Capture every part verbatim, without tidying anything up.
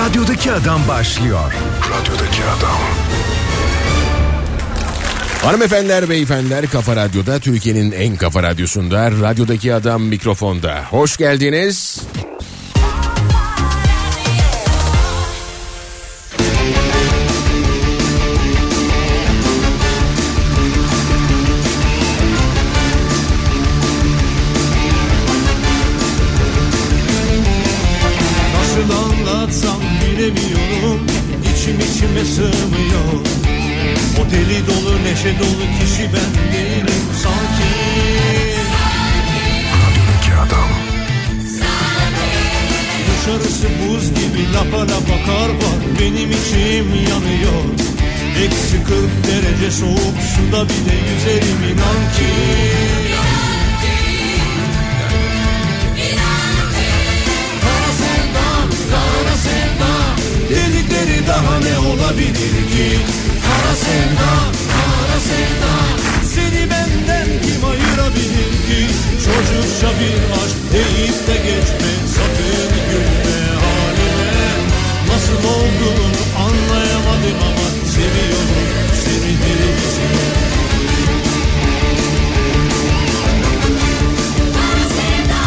Radyodaki Adam başlıyor. Radyodaki Adam. Hanımefendiler, beyefendiler, Kafa Radyo'da, Türkiye'nin en kafa radyosunda, Radyodaki Adam mikrofonda. Hoş geldiniz. Nasıl anlatsam bilemiyorum, içim içime sığmıyor. O deli dolu neşe dolu kişi ben değilim sanki. Radyodaki Adam. Dışarısı buz gibi lapa lapa kar var, benim içim yanıyor. Eksi kırk derece soğuk suda bile yüzerim inan ki. Kara sevdam, kara sevdam, delikleri daha ne olabilir ki? Kara sevda, kara sevda, seni benden kim ayırabilir ki? Çocukça bir aşk deyip de geçme, sakın gülme halime. Nasıl olduğunu anlayamadım ama seviyorum seni delisin. Kara sevda.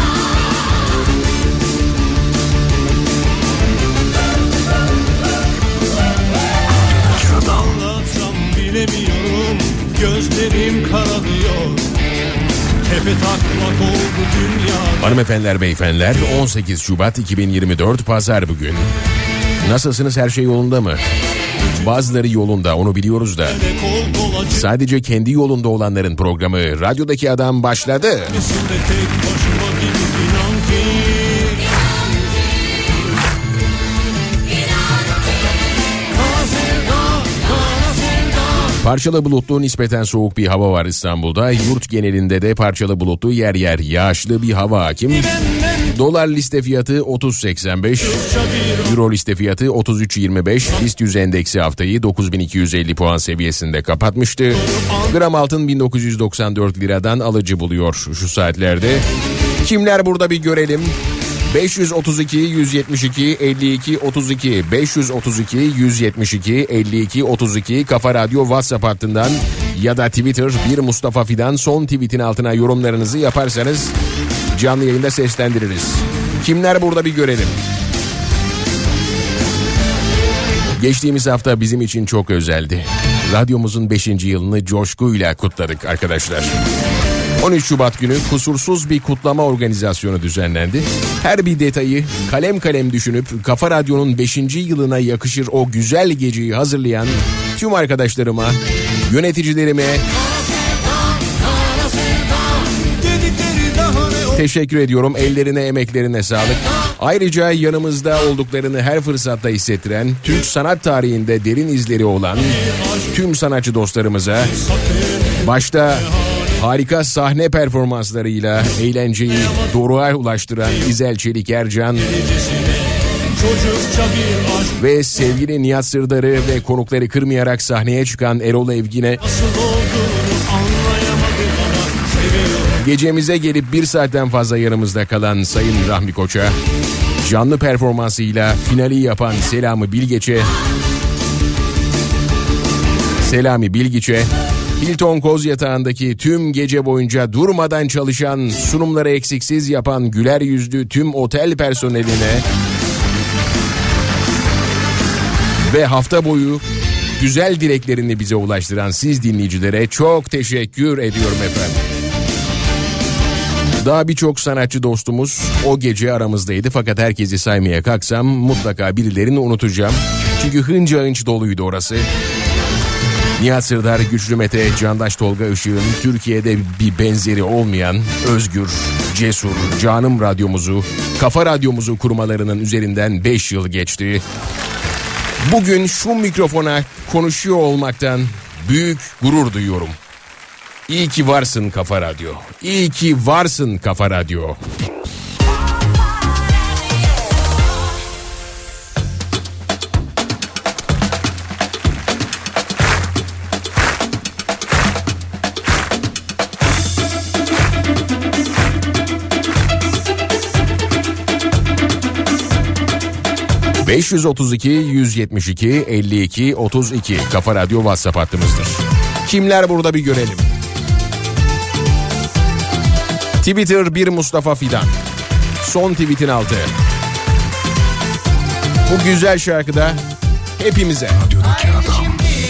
Anlatsam bilemiyorum, gözlerim kararıyor. Tepe taklak oldu dünya. Hanımefendiler, beyefendiler, on sekiz Şubat iki bin yirmi dört Pazar bugün. Nasılsınız, her şey yolunda mı? Bazıları yolunda, onu biliyoruz da. Sadece kendi yolunda olanların programı Radyodaki Adam başladı. Tek başıma gidip inan ki. Parçalı bulutlu, nispeten soğuk bir hava var İstanbul'da. Yurt genelinde de parçalı bulutlu, yer yer yağışlı bir hava hakim. Dolar liste fiyatı otuz seksen beş, Euro liste fiyatı otuz üç yirmi beş. BIST yüz endeksi haftayı dokuz bin iki yüz elli puan seviyesinde kapatmıştı. Gram altın bin dokuz yüz doksan dört liradan alıcı buluyor şu saatlerde. Kimler burada bir görelim. beş yüz otuz iki yüz yetmiş iki elli iki otuz iki beş yüz otuz iki yüz yetmiş iki elli iki otuz iki Kafa Radyo WhatsApp hattından ya da Twitter bir Mustafa Fidan son tweetin altına yorumlarınızı yaparsanız canlı yayında seslendiririz. Kimler burada bir görelim. Geçtiğimiz hafta bizim için çok özeldi. Radyomuzun beşinci yılını coşkuyla kutladık arkadaşlar. on üç Şubat günü kusursuz bir kutlama organizasyonu düzenlendi. Her bir detayı kalem kalem düşünüp Kafa Radyo'nun beşinci yılına yakışır o güzel geceyi hazırlayan tüm arkadaşlarıma, yöneticilerime teşekkür ediyorum. Ellerine, emeklerine sağlık. Ayrıca yanımızda olduklarını her fırsatta hissettiren, Türk sanat tarihinde derin izleri olan tüm sanatçı dostlarımıza, başta harika sahne performanslarıyla eğlenceyi doruğa ulaştıran İzel Çelik Ercan ve sevgili Nihat Sırdar'ı ve konukları kırmayarak sahneye çıkan Erol Evgin'e, gecemize gelip bir saatten fazla yanımızda kalan Sayın Rahmi Koç'a, canlı performansıyla finali yapan Selami Bilgeç'e, Selami Bilgiç'e, Hilton Kozyatağı'ndaki tüm gece boyunca durmadan çalışan, sunumları eksiksiz yapan güler yüzlü tüm otel personeline ve hafta boyu güzel dileklerini bize ulaştıran siz dinleyicilere çok teşekkür ediyorum efendim. Daha birçok sanatçı dostumuz o gece aramızdaydı, fakat herkesi saymaya kalksam mutlaka birilerini unutacağım. Çünkü hınca hınç doluydu orası. Nihat Sırdar, Güçlü Mete, Candaş Tolga Işık'ın Türkiye'de bir benzeri olmayan özgür, cesur, canım radyomuzu, Kafa Radyomuzu kurmalarının üzerinden beş yıl geçti. Bugün şu mikrofona konuşuyor olmaktan büyük gurur duyuyorum. İyi ki varsın Kafa Radyo. İyi ki varsın Kafa Radyo. beş yüz otuz iki yüz yetmiş iki elli iki otuz iki Kafa Radyo WhatsApp hattımızdır. Kimler burada bir görelim. Twitter bir Mustafa Fidan. Son tweetin altı. Bu güzel şarkıda hepimize. Radyodaki adam.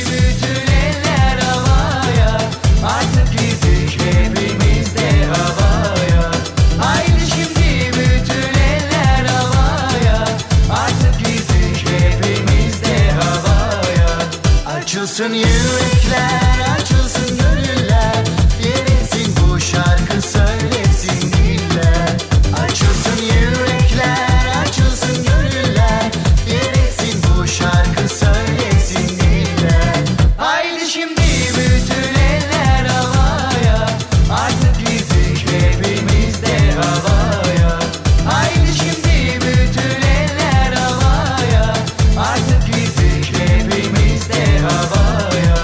Artık gittik hepimiz de havaya. Haydi şimdi bütün eller havaya. Artık gittik hepimiz de havaya. Açılsın yürekler, açılsın gönüller. Yeretsin bu şarkı söylesin diller. Açılsın yürekler, açılsın gönüller. Yeretsin bu şarkı söylesin diller. Haydi şimdi bütün eller havaya. Artık gittik hepimiz de havaya. Haydi şimdi bütün eller havaya. Artık gittik hepimiz de havaya.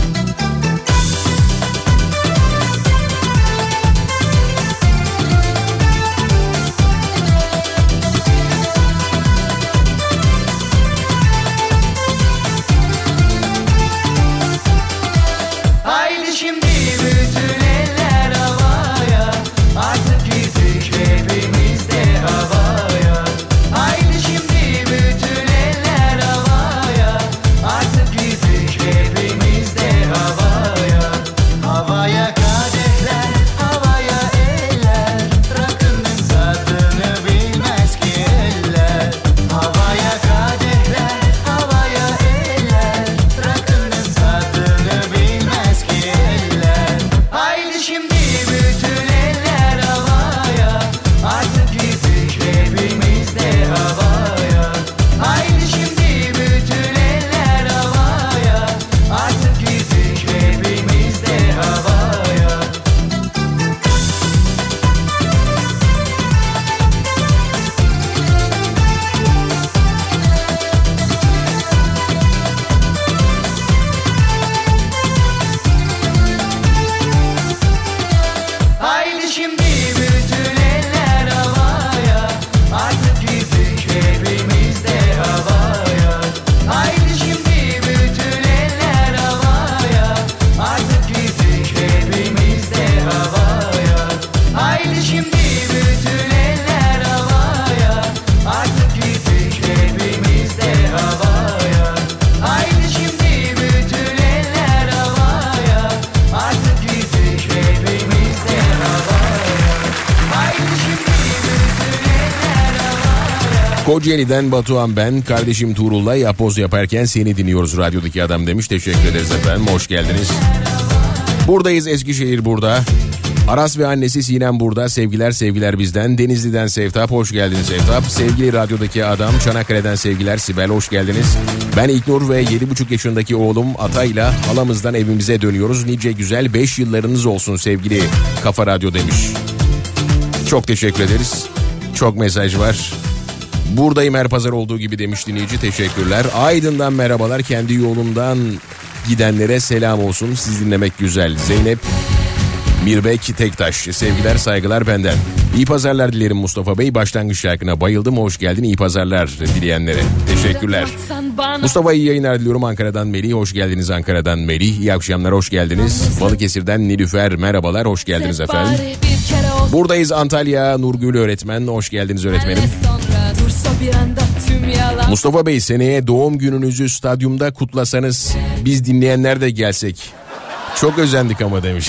Haydi şimdi bütün eller havaya. Artık gittik hepimiz de havaya. Haydi şimdi bütün eller havaya. Artık gittik hepimiz de havaya. Havaya kadehler, havaya eller. Rakının tadını bilmez ki eller. Havaya kadehler, havaya eller. Rakının tadını bilmez ki eller. Haydi şimdi bütün eller havaya. Artık gittik hepimiz de havaya. Haydi şimdi bütün eller havaya. Artık gittik hepimiz de havaya. Haydi şimdi bütün eller havaya. Artık gittik hepimiz de havaya. Haydi şimdi bütün eller havaya. Artık gittik hepimiz de havaya. Haydi şimdi bütün eller havaya. Artık gittik hepimiz de havaya. Haydi şimdi bütün eller havaya. Artık gittik hepimiz de havaya. Haydi şimdi bütün eller havaya. Kocaeli'den Batuhan ben. Kardeşim Tuğrul'la yapoz yaparken seni dinliyoruz radyodaki adam demiş. Teşekkür ederiz efendim. Hoş geldiniz. Buradayız, Eskişehir burada. Aras ve annesi Sinem burada. Sevgiler sevgiler bizden. Denizli'den Sevtap, hoş geldin Sevtap. Sevgili radyodaki adam Çanakkale'den sevgiler Sibel, hoş geldiniz. Ben İlknur ve yedi buçuk yaşındaki oğlum Atay'la halamızdan evimize dönüyoruz. Nice güzel beş yıllarınız olsun sevgili Kafa Radyo demiş. Çok teşekkür ederiz. Çok mesaj var. Buradayım her pazar olduğu gibi demiş dinleyici, teşekkürler. Aydın'dan merhabalar, kendi yolumdan gidenlere selam olsun. Siz dinlemek güzel. Zeynep Mirbek Tektaş, sevgiler saygılar benden. İyi pazarlar dilerim Mustafa Bey. Başlangıç şarkına bayıldım. Hoş geldin. İyi pazarlar dileyenlere. Teşekkürler. Mustafa iyi yayınlar diliyorum. Ankara'dan Melih. Hoş geldiniz Ankara'dan Melih. İyi akşamlar, hoş geldiniz. Balıkesir'den Nilüfer merhabalar. Hoş geldiniz efendim. Buradayız Antalya. Nurgül öğretmen. Hoş geldiniz öğretmenim. Mustafa Bey, seneye doğum gününüzü stadyumda kutlasanız biz dinleyenler de gelsek. Çok özendik ama demiş.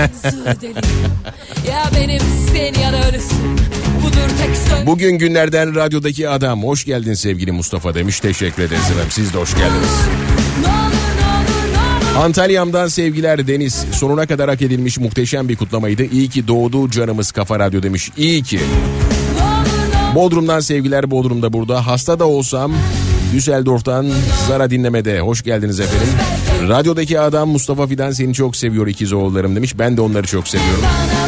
Bugün günlerden radyodaki adam. Hoş geldin sevgili Mustafa demiş. Teşekkür ederiz efendim. Siz de hoş geldiniz. Antalya'mdan sevgiler Deniz. Sonuna kadar hak edilmiş muhteşem bir kutlamaydı. İyi ki doğdu canımız Kafa Radyo demiş. İyi ki. Bodrum'dan sevgiler, Bodrum'da burada. Hasta da olsam Düsseldorf'tan Zara dinlemede. Hoş geldiniz efendim. Radyodaki adam Mustafa Fidan seni çok seviyor ikizoğullarım demiş. Ben de onları çok seviyorum.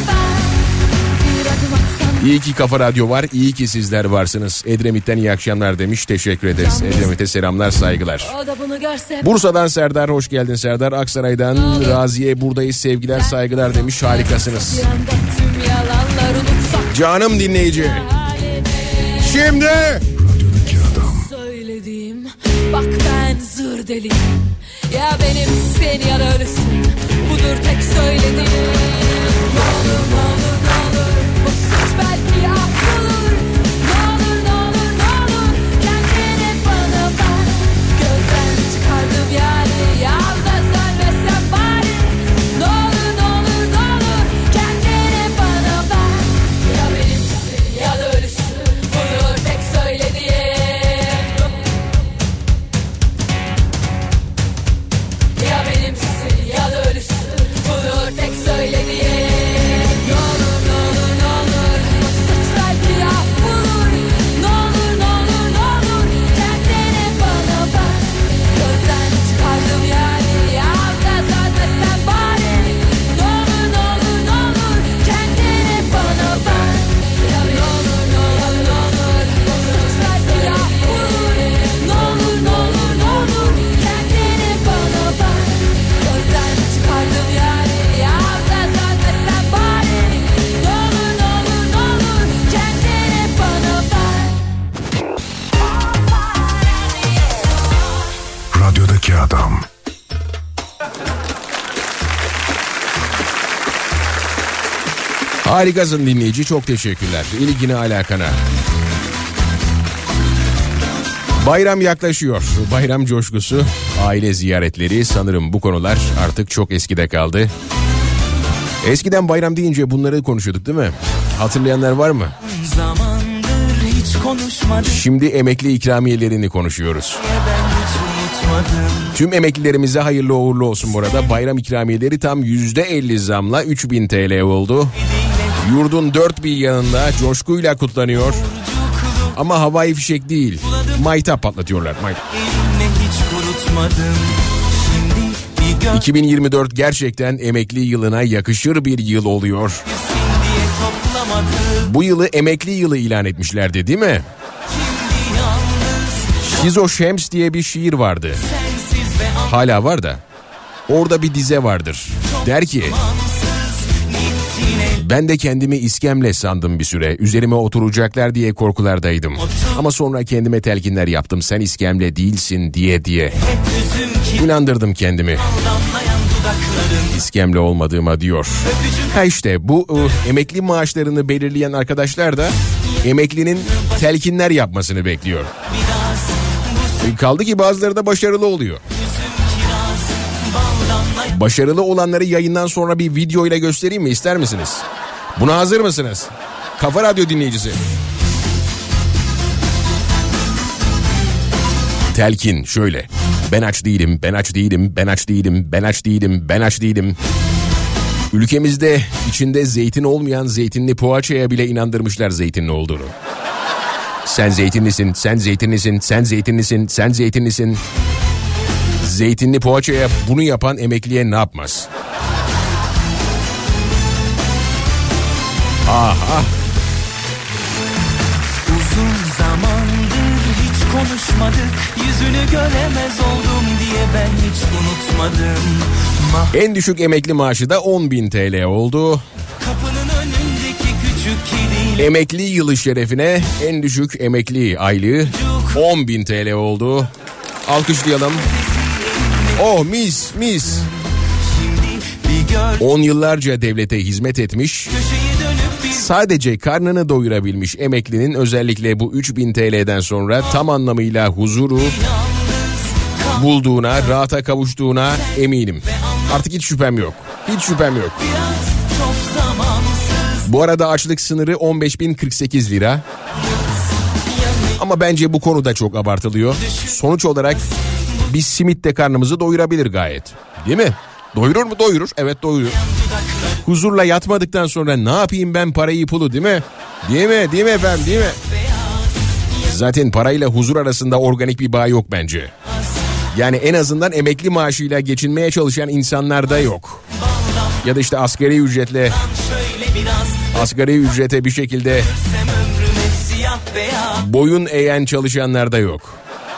İyi ki Kafa Radyo var. İyi ki sizler varsınız. Edremit'ten iyi akşamlar demiş. Teşekkür ederiz. Edremit'e selamlar, saygılar. Bursa'dan Serdar, hoş geldin Serdar. Aksaray'dan Raziye buradayız. Sevgiler, saygılar demiş. Harikasınız. Canım dinleyici. Şimdi deliyim. Ya benimsin ya da ölüsün, budur tek söylediğim. Ne olur ne olur ne olur, bu suç belki affolur. Ne olur ne olur ne olur, kendini bana ver. Gözden çıkardım yani, yalnız ölmesem bari. Ne olur ne olur ne olur, kendini bana ver. Ya benimsin ya da ölüsün, budur tek söylediğim. Ya benimsin ya da ölüsün, budur tek söylediğim. Ne olur ne olur ne olur, suç belki affolur. Ne olur ne olur ne olur, kendini bana ver. Gözden çıkardım yani, yalnız ölmesem bari. Ne olur ne olur ne olur, kendini bana ver. Ya ne olur ne olur ne olur, suç belki affolur. Ne olur ne olur ne olur, kendini bana ver. Gözden çıkardım yani, yalnız ölmesem bari. Ne olur ne olur ne olur, kendini bana ver. Radyodaki adam. Harikasın dinleyici, çok teşekkürler. İlgine, alakana. Bayram yaklaşıyor. Bayram coşkusu, aile ziyaretleri, sanırım bu konular artık çok eskide kaldı. Eskiden bayram deyince bunları konuşuyorduk değil mi? Hatırlayanlar var mı? Zamandır hiç konuşmadık. Şimdi emekli ikramiyelerini konuşuyoruz. Ben hiç unutmadım. Tüm emeklilerimize hayırlı uğurlu olsun bu arada. Bayram ikramiyeleri tam yüzde elli zamla üç bin T L oldu. Yurdun dört bir yanında coşkuyla kutlanıyor. Ama havai fişek değil, maytap patlatıyorlar. Maytap. Elimle hiç kurutmadım. Şimdi bir gönlüm iki bin yirmi dört gerçekten emekli yılına yakışır bir yıl oluyor. diye toplamadım. Bu yılı emekli yılı ilan etmişlerdi değil mi? Şimdi yalnız Şizo Şems diye bir şiir vardı. sensiz ve Hala var da. Orada bir dize vardır. Der ki, amansız gittin el. ben de kendimi iskemle sandım bir süre. Üzerime oturacaklar diye korkulardaydım. Ama sonra kendime telkinler yaptım. Sen iskemle değilsin diye diye. Hep üzüm ki İnandırdım kendimi damlayan dudakların. iskemle olmadığıma diyor. Öpücük Ha işte bu e, emekli maaşlarını belirleyen arkadaşlar da emeklinin telkinler yapmasını bekliyor. biraz bu E, Kaldı ki bazıları da başarılı oluyor. üzüm kiraz. Bal damlayan Başarılı olanları yayından sonra bir video ile göstereyim mi, ister misiniz? Buna hazır mısınız? Kafa Radyo dinleyicisi. Telkin şöyle. Ben aç değilim, ben aç değilim, ben aç değilim, ben aç değilim, ben aç değilim. Ülkemizde içinde zeytin olmayan zeytinli poğaçaya bile inandırmışlar zeytinli olduğunu. Sen zeytinlisin, sen zeytinlisin, sen zeytinlisin, sen zeytinlisin. Zeytinli poğaçaya bunu yapan emekliye ne yapmaz? Ah ah. uzun zamandır hiç konuşmadık. Yüzünü göremez oldum diye ben hiç unutmadım. Mah En düşük emekli maaşı da on bin T L oldu. kapının önündeki küçük kediyle. Emekli yılı şerefine en düşük emekli aylığı on bin T L oldu. Alkışlayalım. Oh mis mis. Şimdi bir gör on yıllarca devlete hizmet etmiş, köşeyi dönüp bir sadece karnını doyurabilmiş emeklinin özellikle bu üç bin T L'den sonra tam anlamıyla huzuru bulduğuna, rahata kavuştuğuna eminim. Artık hiç şüphem yok. Hiç şüphem yok. biraz çok zamansız. Bu arada açlık sınırı on beş bin kırk sekiz lira. Ama bence bu konu da çok abartılıyor. Sonuç olarak bir simit de karnımızı doyurabilir gayet. Değil mi? Doyurur mu? Doyurur. Evet doyurur. Huzurla yatmadıktan sonra ne yapayım ben parayı pulu, değil mi? Değil mi? Değil mi efendim? Değil mi? Zaten parayla huzur arasında organik bir bağ yok bence. Yani en azından emekli maaşıyla geçinmeye çalışan insanlarda yok. Ya da işte asgari ücretle Şöyle biraz asgari ücrete bir şekilde sem ömrüm hep siyah beyaz. boyun eğen çalışanlarda yok.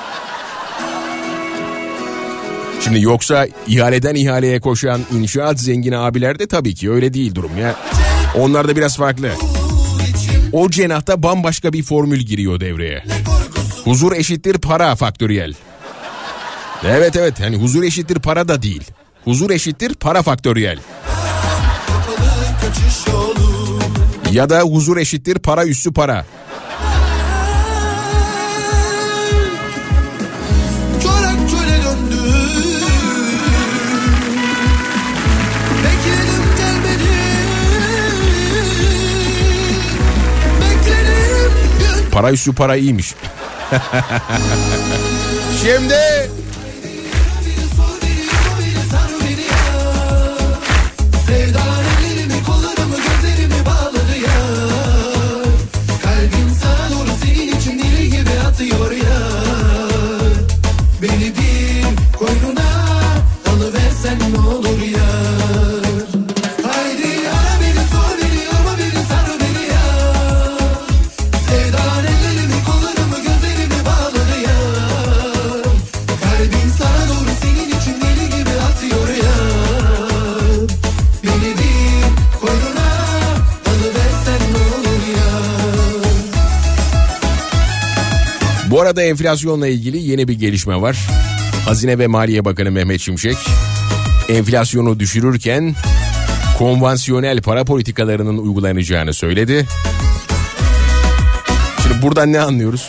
Şimdi yoksa ihaleden ihaleye koşan inşaat zengini abilerde tabii ki öyle değil durum ya. Onlar da biraz farklı. O cenahta bambaşka bir formül giriyor devreye. Huzur eşittir para faktöriyel. Evet evet, hani huzur eşittir para da değil. Huzur eşittir para faktöriyel. Ya da huzur eşittir para üstü para. Para üstü para iyiymiş. Şimdi bu arada enflasyonla ilgili yeni bir gelişme var. Hazine ve Maliye Bakanı Mehmet Şimşek enflasyonu düşürürken konvansiyonel para politikalarının uygulanacağını söyledi. Şimdi buradan ne anlıyoruz?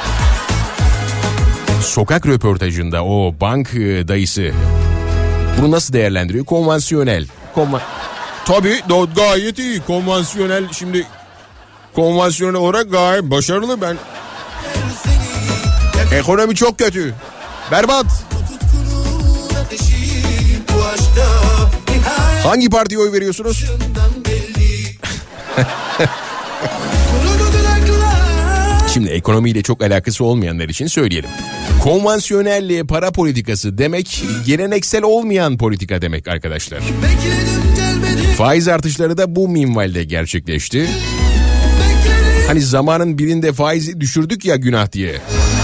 Sokak röportajında o bank dayısı bunu nasıl değerlendiriyor? Konvansiyonel. Konva... Tabii gayet iyi. Konvansiyonel, şimdi konvansiyonel olarak gayet başarılı. Ben ekonomi çok kötü. Berbat. Hangi partiye oy veriyorsunuz? Şimdi ekonomiyle çok alakası olmayanlar için söyleyelim. Konvansiyonel para politikası demek geleneksel olmayan politika demek arkadaşlar. Faiz artışları da bu minvalde gerçekleşti. Hani zamanın birinde faizi düşürdük ya günah diye.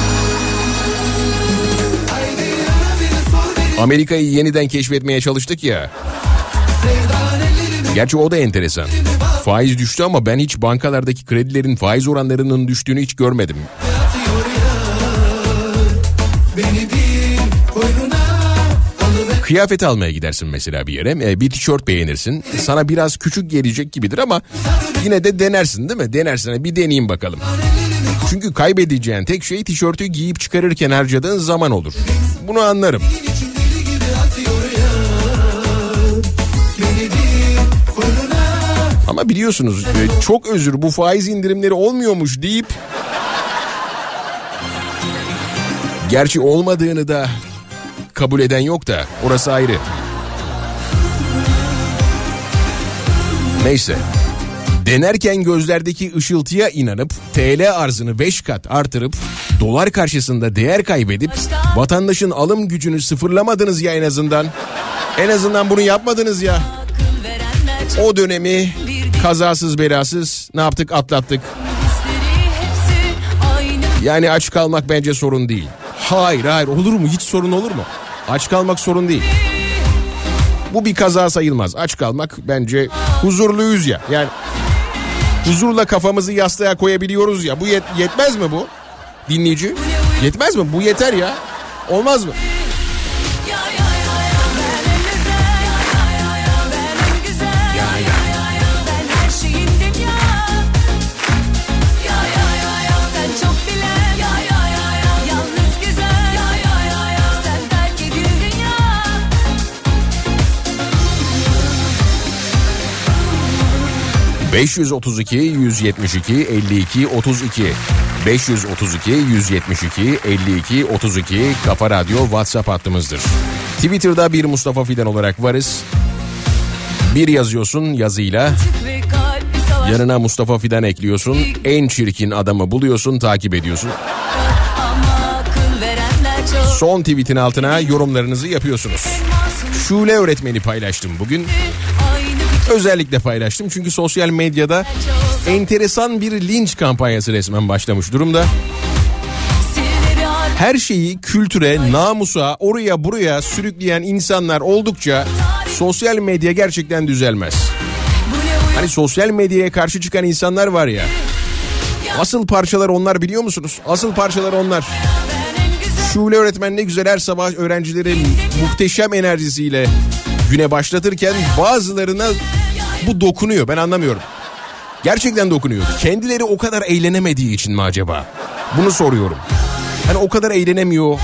Amerika'yı yeniden keşfetmeye çalıştık ya. Gerçi o da enteresan. Faiz düştü ama ben hiç bankalardaki kredilerin faiz oranlarının düştüğünü hiç görmedim. Kıyafet almaya gidersin mesela bir yere. Bir tişört beğenirsin. Sana biraz küçük gelecek gibidir ama yine de denersin değil mi? Denersin, bir deneyeyim bakalım. Çünkü kaybedeceğin tek şey tişörtü giyip çıkarırken harcadığın zaman olur. Bunu anlarım. Ama biliyorsunuz çok özür, bu faiz indirimleri olmuyormuş deyip, gerçi olmadığını da kabul eden yok da orası ayrı. Neyse. Denerken gözlerdeki ışıltıya inanıp T L arzını beş kat artırıp dolar karşısında değer kaybedip vatandaşın alım gücünü sıfırlamadınız ya en azından. En azından bunu yapmadınız ya. O dönemi kazasız belasız ne yaptık, atlattık. Yani aç kalmak bence sorun değil. Hayır hayır, olur mu? Hiç sorun olur mu? Aç kalmak sorun değil. Bu bir kaza sayılmaz. Aç kalmak bence, huzurluyuz ya. Yani huzurla kafamızı yastığa koyabiliyoruz ya. Bu yet- yetmez mi bu? Dinleyici. Yetmez mi? Bu yeter ya. Olmaz mı? beş yüz otuz iki yüz yetmiş iki elli iki otuz iki beş yüz otuz iki yüz yetmiş iki elli iki otuz iki Kafa Radyo WhatsApp hattımızdır. Twitter'da bir Mustafa Fidan olarak varız. Bir yazıyorsun yazıyla, yanına Mustafa Fidan ekliyorsun, en çirkin adamı buluyorsun, takip ediyorsun. Son tweetin altına yorumlarınızı yapıyorsunuz. Şule öğretmeni paylaştım bugün. Özellikle paylaştım çünkü sosyal medyada enteresan bir linç kampanyası resmen başlamış durumda. Her şeyi kültüre, namusa, oraya buraya sürükleyen insanlar oldukça sosyal medya gerçekten düzelmez. Hani sosyal medyaya karşı çıkan insanlar var ya, asıl parçalar onlar, biliyor musunuz? Asıl parçalar onlar. Şule öğretmen ne güzel her sabah öğrencilerin muhteşem enerjisiyle güne başlatırken bazılarına bu dokunuyor. Ben anlamıyorum. Gerçekten dokunuyor. Kendileri o kadar eğlenemediği için mi acaba? Bunu soruyorum. Hani o kadar eğlenemiyor.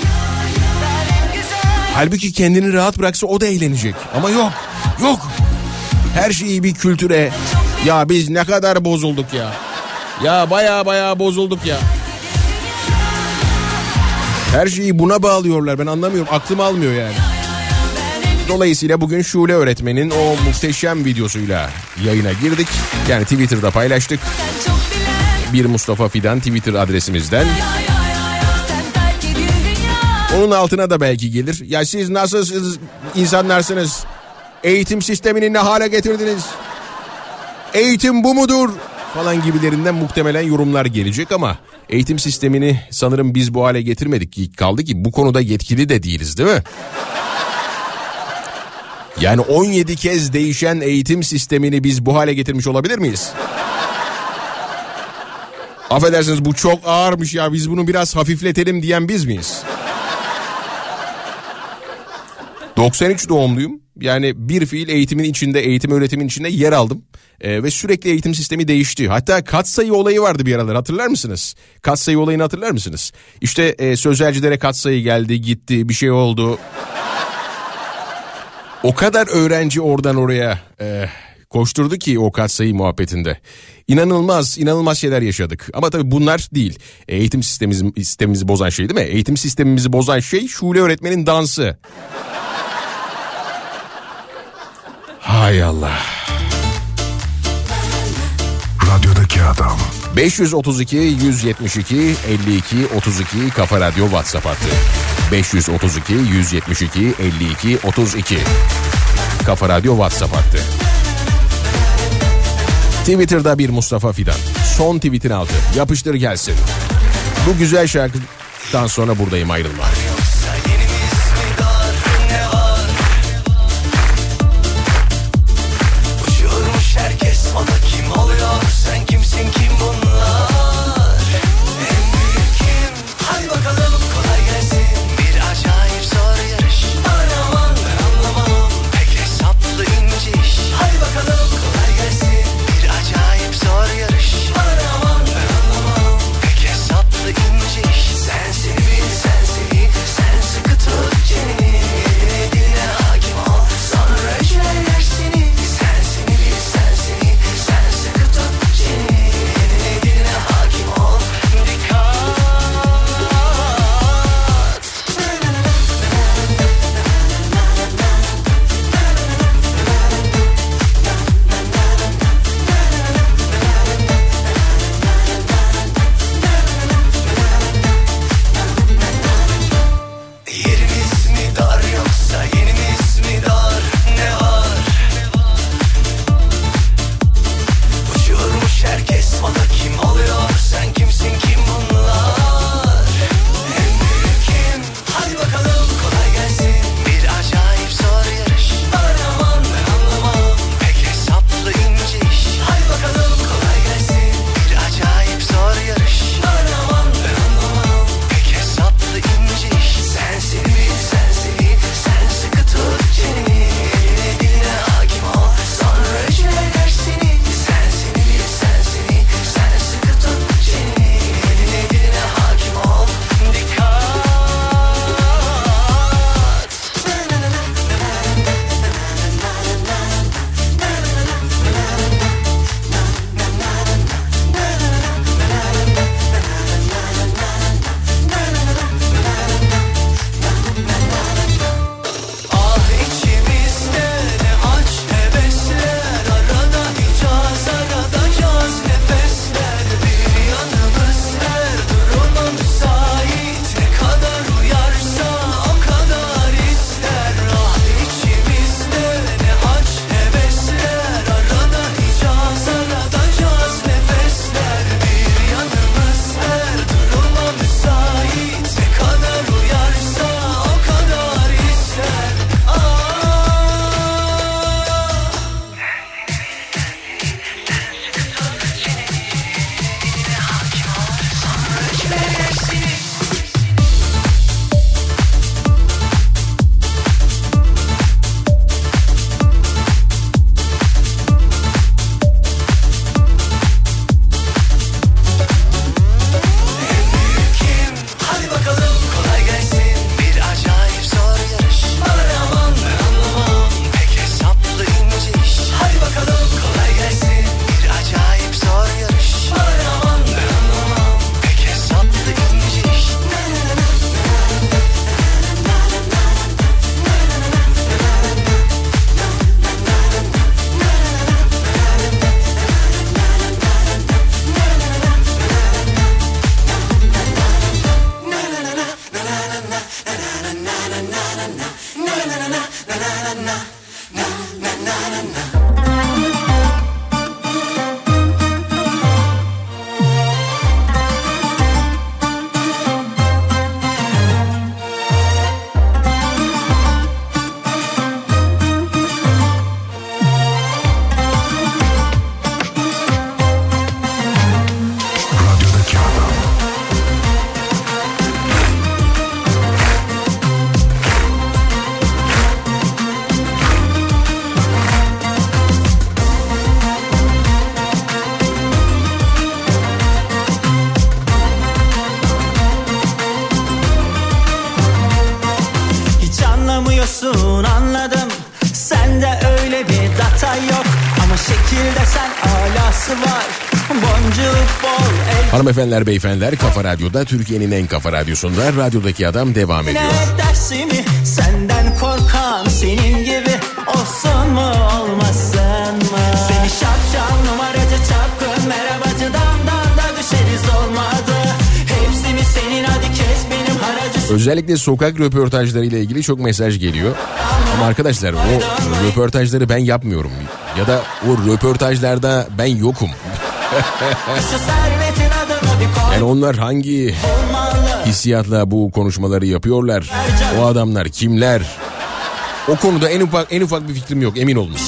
Halbuki kendini rahat bıraksa o da eğlenecek. Ama yok, yok. Her şeyi bir kültüre. Ya biz ne kadar bozulduk ya. Ya baya baya bozulduk ya. Her şeyi buna bağlıyorlar. Ben anlamıyorum. Aklım almıyor yani. Dolayısıyla bugün Şule öğretmenin o muhteşem videosuyla yayına girdik. Yani Twitter'da paylaştık. Bir Mustafa Fidan Twitter adresimizden. Onun altına da belki gelir. Ya siz nasıl insanlarsınız? Eğitim sistemini ne hale getirdiniz? Eğitim bu mudur? Falan gibilerinden muhtemelen yorumlar gelecek ama eğitim sistemini sanırım biz bu hale getirmedik ki, kaldı ki bu konuda yetkili de değiliz, değil mi? Yani on yedi kez değişen eğitim sistemini biz bu hale getirmiş olabilir miyiz? Affedersiniz, bu çok ağırmış ya, biz bunu biraz hafifletelim diyen biz miyiz? doksan üç doğumluyum. Yani bir fiil eğitimin içinde, eğitim öğretimin içinde yer aldım. Ee, ve sürekli eğitim sistemi değişti. Hatta katsayı olayı vardı bir aralar, hatırlar mısınız? Katsayı olayını hatırlar mısınız? İşte e, sözelcilere katsayı geldi, gitti, bir şey oldu. O kadar öğrenci oradan oraya e, koşturdu ki o katsayı muhabbetinde. İnanılmaz, inanılmaz şeyler yaşadık. Ama tabii bunlar değil. Eğitim sistemimizi, sistemimizi bozan şey değil mi? Eğitim sistemimizi bozan şey Şule öğretmenin dansı. Hay Allah. Radyodaki adam. beş yüz otuz iki yüz yetmiş iki elli iki otuz iki Kafa Radyo WhatsApp hattı. beş yüz otuz iki yüz yetmiş iki elli iki otuz iki Kafa Radyo WhatsApp hattı. Twitter'da bir Mustafa Fidan. Son tweetin altı. Yapıştır gelsin. Bu güzel şarkıdan sonra buradayım, ayrılma. Sensin, seviyorsun anladım. Sende öyle bir data yok. Ama şekilde sen alası var. Boncuk bol el. Hanımefendiler, beyefendiler, Kafa Radyo'da, Türkiye'nin en kafa radyosunda Radyodaki Adam devam ediyor. Ne dersimi senden korkan senin gibi olsun mu olmasın mı? Seni şapşal numaracı çapkın merhabacı damdan da düşeriz olmadı. Hepsi mi senin, hadi kes benim haracı. Özellikle sokak röportajları ile ilgili çok mesaj geliyor. Ama arkadaşlar, o röportajları ben yapmıyorum. Ya da o röportajlarda ben yokum. Yani onlar hangi hissiyatla bu konuşmaları yapıyorlar? O adamlar kimler? O konuda en ufak en ufak bir fikrim yok, emin olun.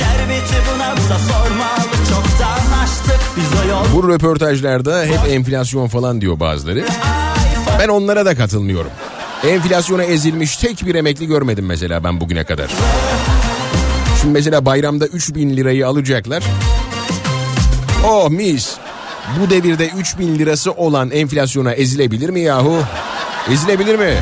Bu röportajlarda hep enflasyon falan diyor bazıları. Ben onlara da katılmıyorum. Enflasyona ezilmiş tek bir emekli görmedim mesela ben bugüne kadar. Şimdi mesela bayramda üç bin lirayı alacaklar. Oh mis. Bu devirde üç bin lirası olan enflasyona ezilebilir mi yahu? Ezilebilir mi?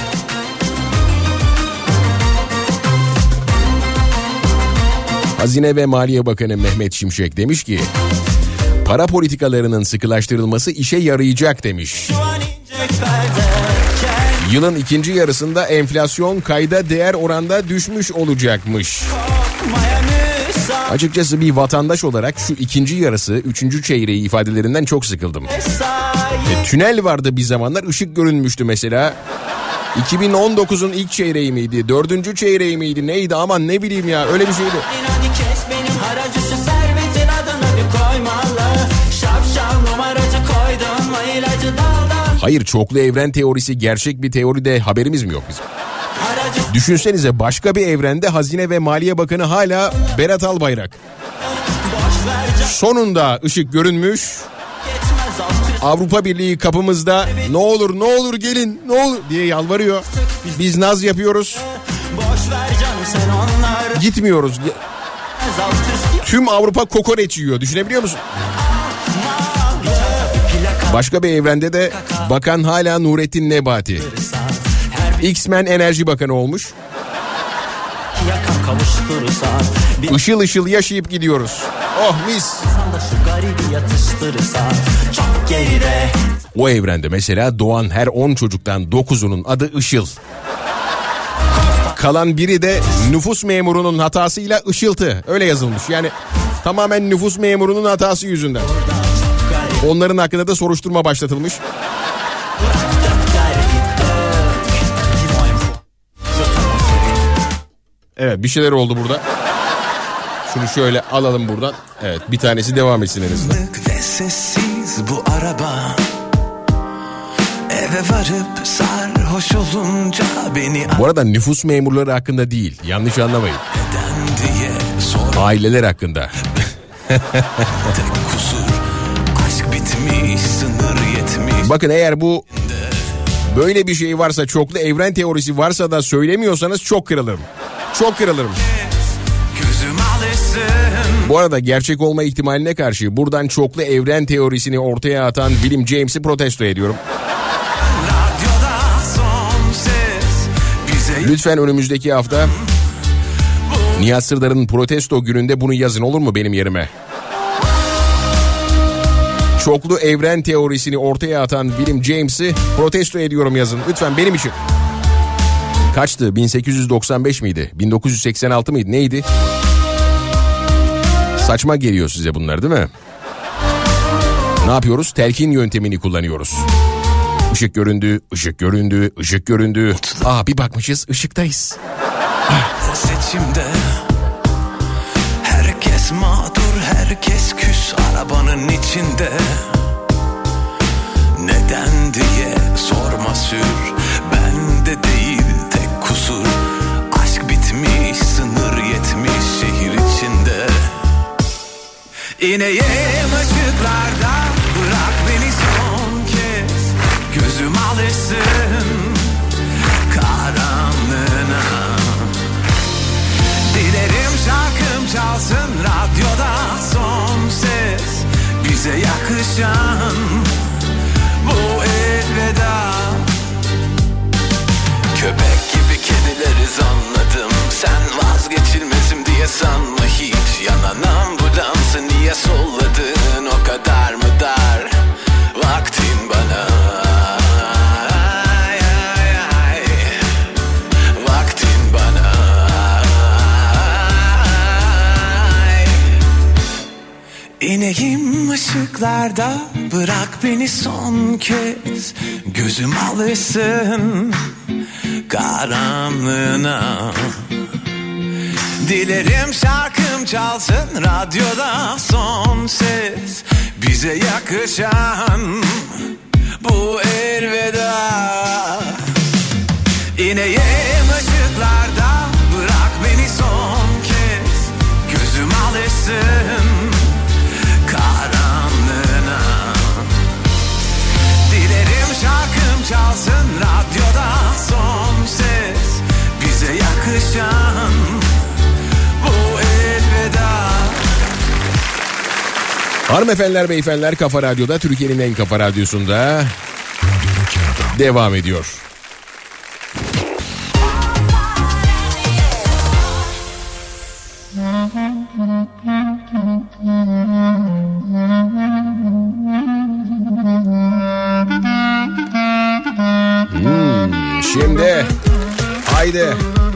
Hazine ve Maliye Bakanı Mehmet Şimşek demiş ki, para politikalarının sıkılaştırılması işe yarayacak demiş. Yılın ikinci yarısında enflasyon kayda değer oranda düşmüş olacakmış. Açıkçası bir vatandaş olarak şu ikinci yarısı, üçüncü çeyreği ifadelerinden çok sıkıldım. E, tünel vardı bir zamanlar, ışık görünmüştü mesela. iki bin on dokuzun ilk çeyreği miydi, dördüncü çeyreği miydi, neydi aman ne bileyim ya, öyle bir şeydi. Hayır, çoklu evren teorisi gerçek bir teori de haberimiz mi yok bizim? Düşünsenize, başka bir evrende Hazine ve Maliye Bakanı hala Berat Albayrak. Sonunda ışık görünmüş. Avrupa Birliği kapımızda, ne olur ne olur gelin ne olur diye yalvarıyor. Biz naz yapıyoruz. Gitmiyoruz. Tüm Avrupa kokoreç yiyor, düşünebiliyor musun? Başka bir evrende de bakan hala Nurettin Nebati. X-Men Enerji Bakanı olmuş. Işıl ışıl yaşayıp gidiyoruz. Oh mis. O evrende mesela doğan her on çocuktan dokuzunun adı Işıl. Kalan biri de nüfus memurunun hatasıyla Işıltı. Öyle yazılmış. Yani tamamen nüfus memurunun hatası yüzünden. Onların hakkında da soruşturma başlatılmış. Evet, bir şeyler oldu burada. Şunu şöyle alalım buradan. Evet, bir tanesi devam etsin en azından. Ve sessiz bu araba. Eve varıp sarhoş olunca beni... Bu arada nüfus memurları hakkında değil, yanlış anlamayın. Aileler hakkında. Tek kusur aşk bitmiş, sınır yetmiş. Bakın, eğer bu böyle bir şey varsa, çoklu evren teorisi varsa da söylemiyorsanız çok kırılırım. Çok kırılırım. Bu arada gerçek olma ihtimaline karşı buradan çoklu evren teorisini ortaya atan William James'i protesto ediyorum. Lütfen önümüzdeki hafta Nihat Sırdar'ın protesto gününde bunu yazın, olur mu benim yerime? Çoklu evren teorisini ortaya atan William James'i protesto ediyorum yazın. Lütfen benim için. Kaçtı? bin sekiz yüz doksan beş miydi? bin dokuz yüz seksen altı mıydı? Neydi? Saçma geliyor size bunlar değil mi? Ne yapıyoruz? Telkin yöntemini kullanıyoruz. Işık göründü, ışık göründü, ışık göründü. Aa, bir bakmışız ışıktayız. O seçimde herkes mağdur, herkes küs arabanın içinde. Neden diye sorma sür, bende değil tek kusur. Aşk bitmiş, sınır yetmiş şehir içinde. İneyim ışıklarda, bırak beni son kez. Gözüm alışsın karanlığına. Dilerim şarkım çalsın radyoda son ses. Bize yakışan bu elveda. diye sanma hiç. Yanan ambulansı niye solladın, o kadar mı dar vaktin bana? Ay, ay, ay. Vaktin bana. Ay. İneyim ışıklarda, bırak beni son kez. Gözüm alışsın karanlığına. Dilerim şarkım çalsın radyoda son ses. Bize yakışan bu elveda. İneyim ışıklarda, bırak beni son kez. Gözüm alışsın karanlığına. Dilerim şarkım çalsın radyoda son ses. Bize yakışan bu elveda. Hanımefendiler, beyefendiler, Kafa Radyo'da, Türkiye'nin en kafa radyosunda devam ediyor. Hmm, şimdi haydi.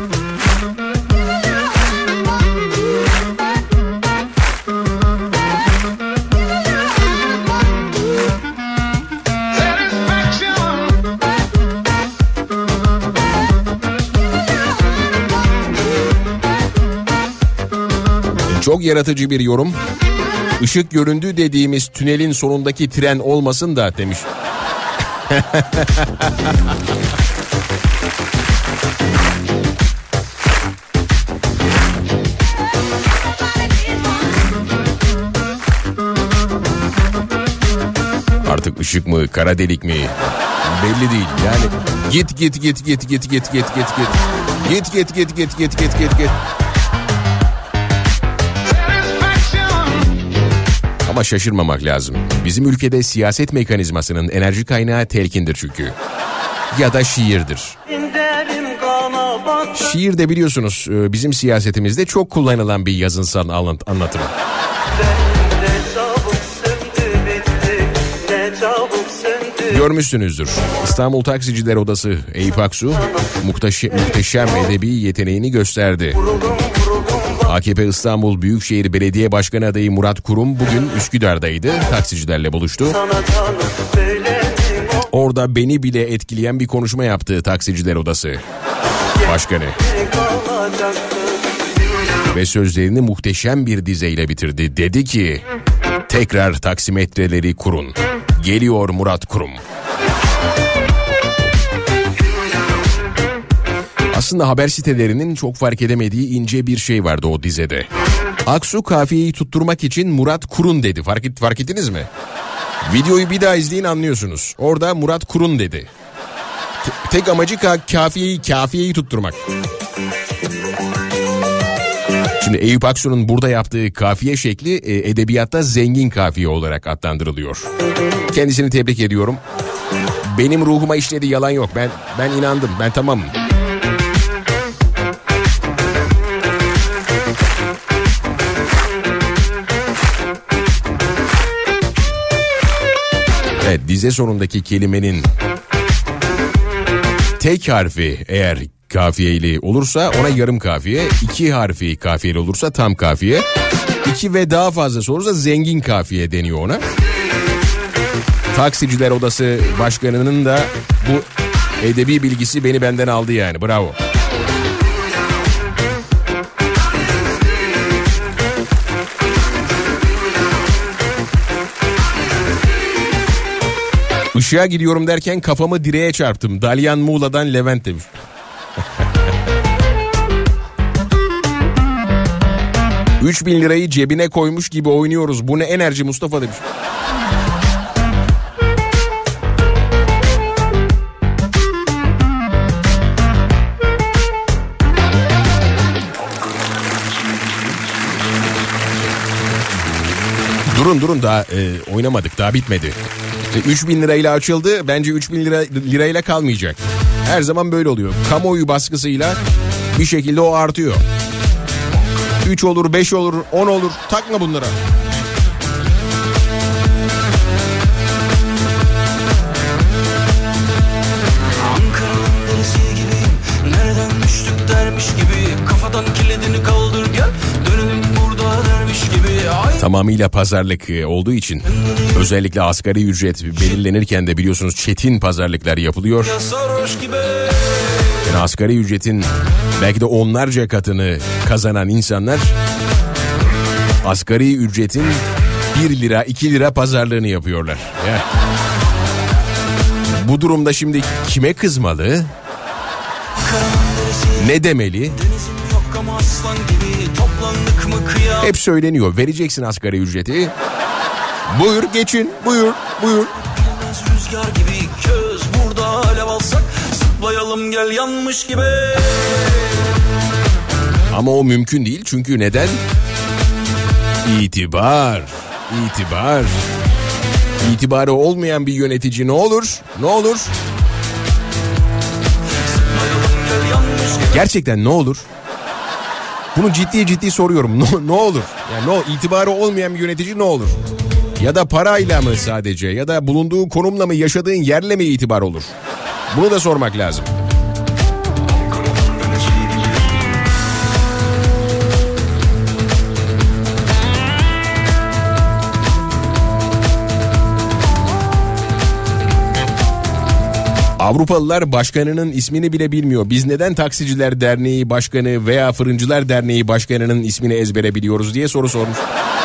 Çok yaratıcı bir yorum. Işık göründü dediğimiz tünelin sonundaki tren olmasın da demiş. Artık ışık mı, kara delik mi belli değil. Yani git git git git git git git git git git git git git git git git git. Ama şaşırmamak lazım. Bizim ülkede siyaset mekanizmasının enerji kaynağı telkindir çünkü. Ya da şiirdir. Şiir de biliyorsunuz bizim siyasetimizde çok kullanılan bir yazınsal anlatım. Görmüşsünüzdür. İstanbul Taksiciler Odası Eyüp Aksu muhteşem, muhteşem edebi yeteneğini gösterdi. A K P İstanbul Büyükşehir Belediye Başkanı adayı Murat Kurum bugün Üsküdar'daydı. Taksicilerle buluştu. Orada beni bile etkileyen bir konuşma yaptı Taksiciler Odası Başkanı. Ve sözlerini muhteşem bir dizeyle bitirdi. Dedi ki, tekrar taksimetreleri kurun. Geliyor Murat Kurum. Aslında haber sitelerinin çok fark edemediği ince bir şey vardı o dizede. Aksu kafiyeyi tutturmak için Murat Kurun dedi. Fark, et, fark ettiniz mi? Videoyu bir daha izleyin, anlıyorsunuz. Orada Murat Kurun dedi. T- tek amacı ka- kafiyeyi, kafiyeyi tutturmak. Şimdi Eyüp Aksu'nun burada yaptığı kafiye şekli e, edebiyatta zengin kafiye olarak adlandırılıyor. Kendisini tebrik ediyorum. Benim ruhuma işledi, yalan yok. Ben ben inandım. Ben tamamım. Evet, dize sonundaki kelimenin tek harfi eğer kafiyeli olursa ona yarım kafiye, iki harfi kafiyeli olursa tam kafiye, iki ve daha fazlası olursa zengin kafiye deniyor ona. Taksiciler Odası Başkanı'nın da bu edebi bilgisi beni benden aldı yani, bravo. Işığa gidiyorum derken kafamı direğe çarptım. Dalyan Muğla'dan Levent demiş. Üç bin lirayı cebine koymuş gibi oynuyoruz. Bu ne enerji Mustafa demiş. Durun durun daha e, oynamadık, daha bitmedi. üç bin lirayla açıldı, bence üç bin lira, lirayla kalmayacak. Her zaman böyle oluyor. Kamuoyu baskısıyla bir şekilde o artıyor. üç olur, beş olur, on olur, takma bunlara. Ankara'nın derisi gibiyim, nereden düştük dermiş gibi. Kafadan kilidini kaldır gel, dönelim burada dermiş gibi. Ay. Tamamıyla pazarlık olduğu için özellikle asgari ücret belirlenirken de biliyorsunuz çetin pazarlıklar yapılıyor. Yani asgari ücretin belki de onlarca katını kazanan insanlar asgari ücretin bir lira iki lira pazarlığını yapıyorlar. Yani bu durumda şimdi kime kızmalı? Ne demeli? Hep söyleniyor. Vereceksin asgari ücreti. Buyur geçin. Buyur. Buyur. Rüzgar gibi köz burada alev alsak zıplayalım gel yanmış gibi. Ama o mümkün değil. Çünkü neden? İtibar. İtibar. İtibarı olmayan bir yönetici ne olur? Ne olur? Gerçekten ne olur? Bunu ciddi ciddi soruyorum. Ne, ne olur? Yani ne, itibarı olmayan bir yönetici ne olur? Ya da parayla mı sadece? Ya da bulunduğu konumla mı, yaşadığın yerle mi itibar olur? Bunu da sormak lazım. Avrupalılar başkanının ismini bile bilmiyor. Biz neden Taksiciler Derneği Başkanı veya Fırıncılar Derneği Başkanı'nın ismini ezbere biliyoruz diye soru sormuş.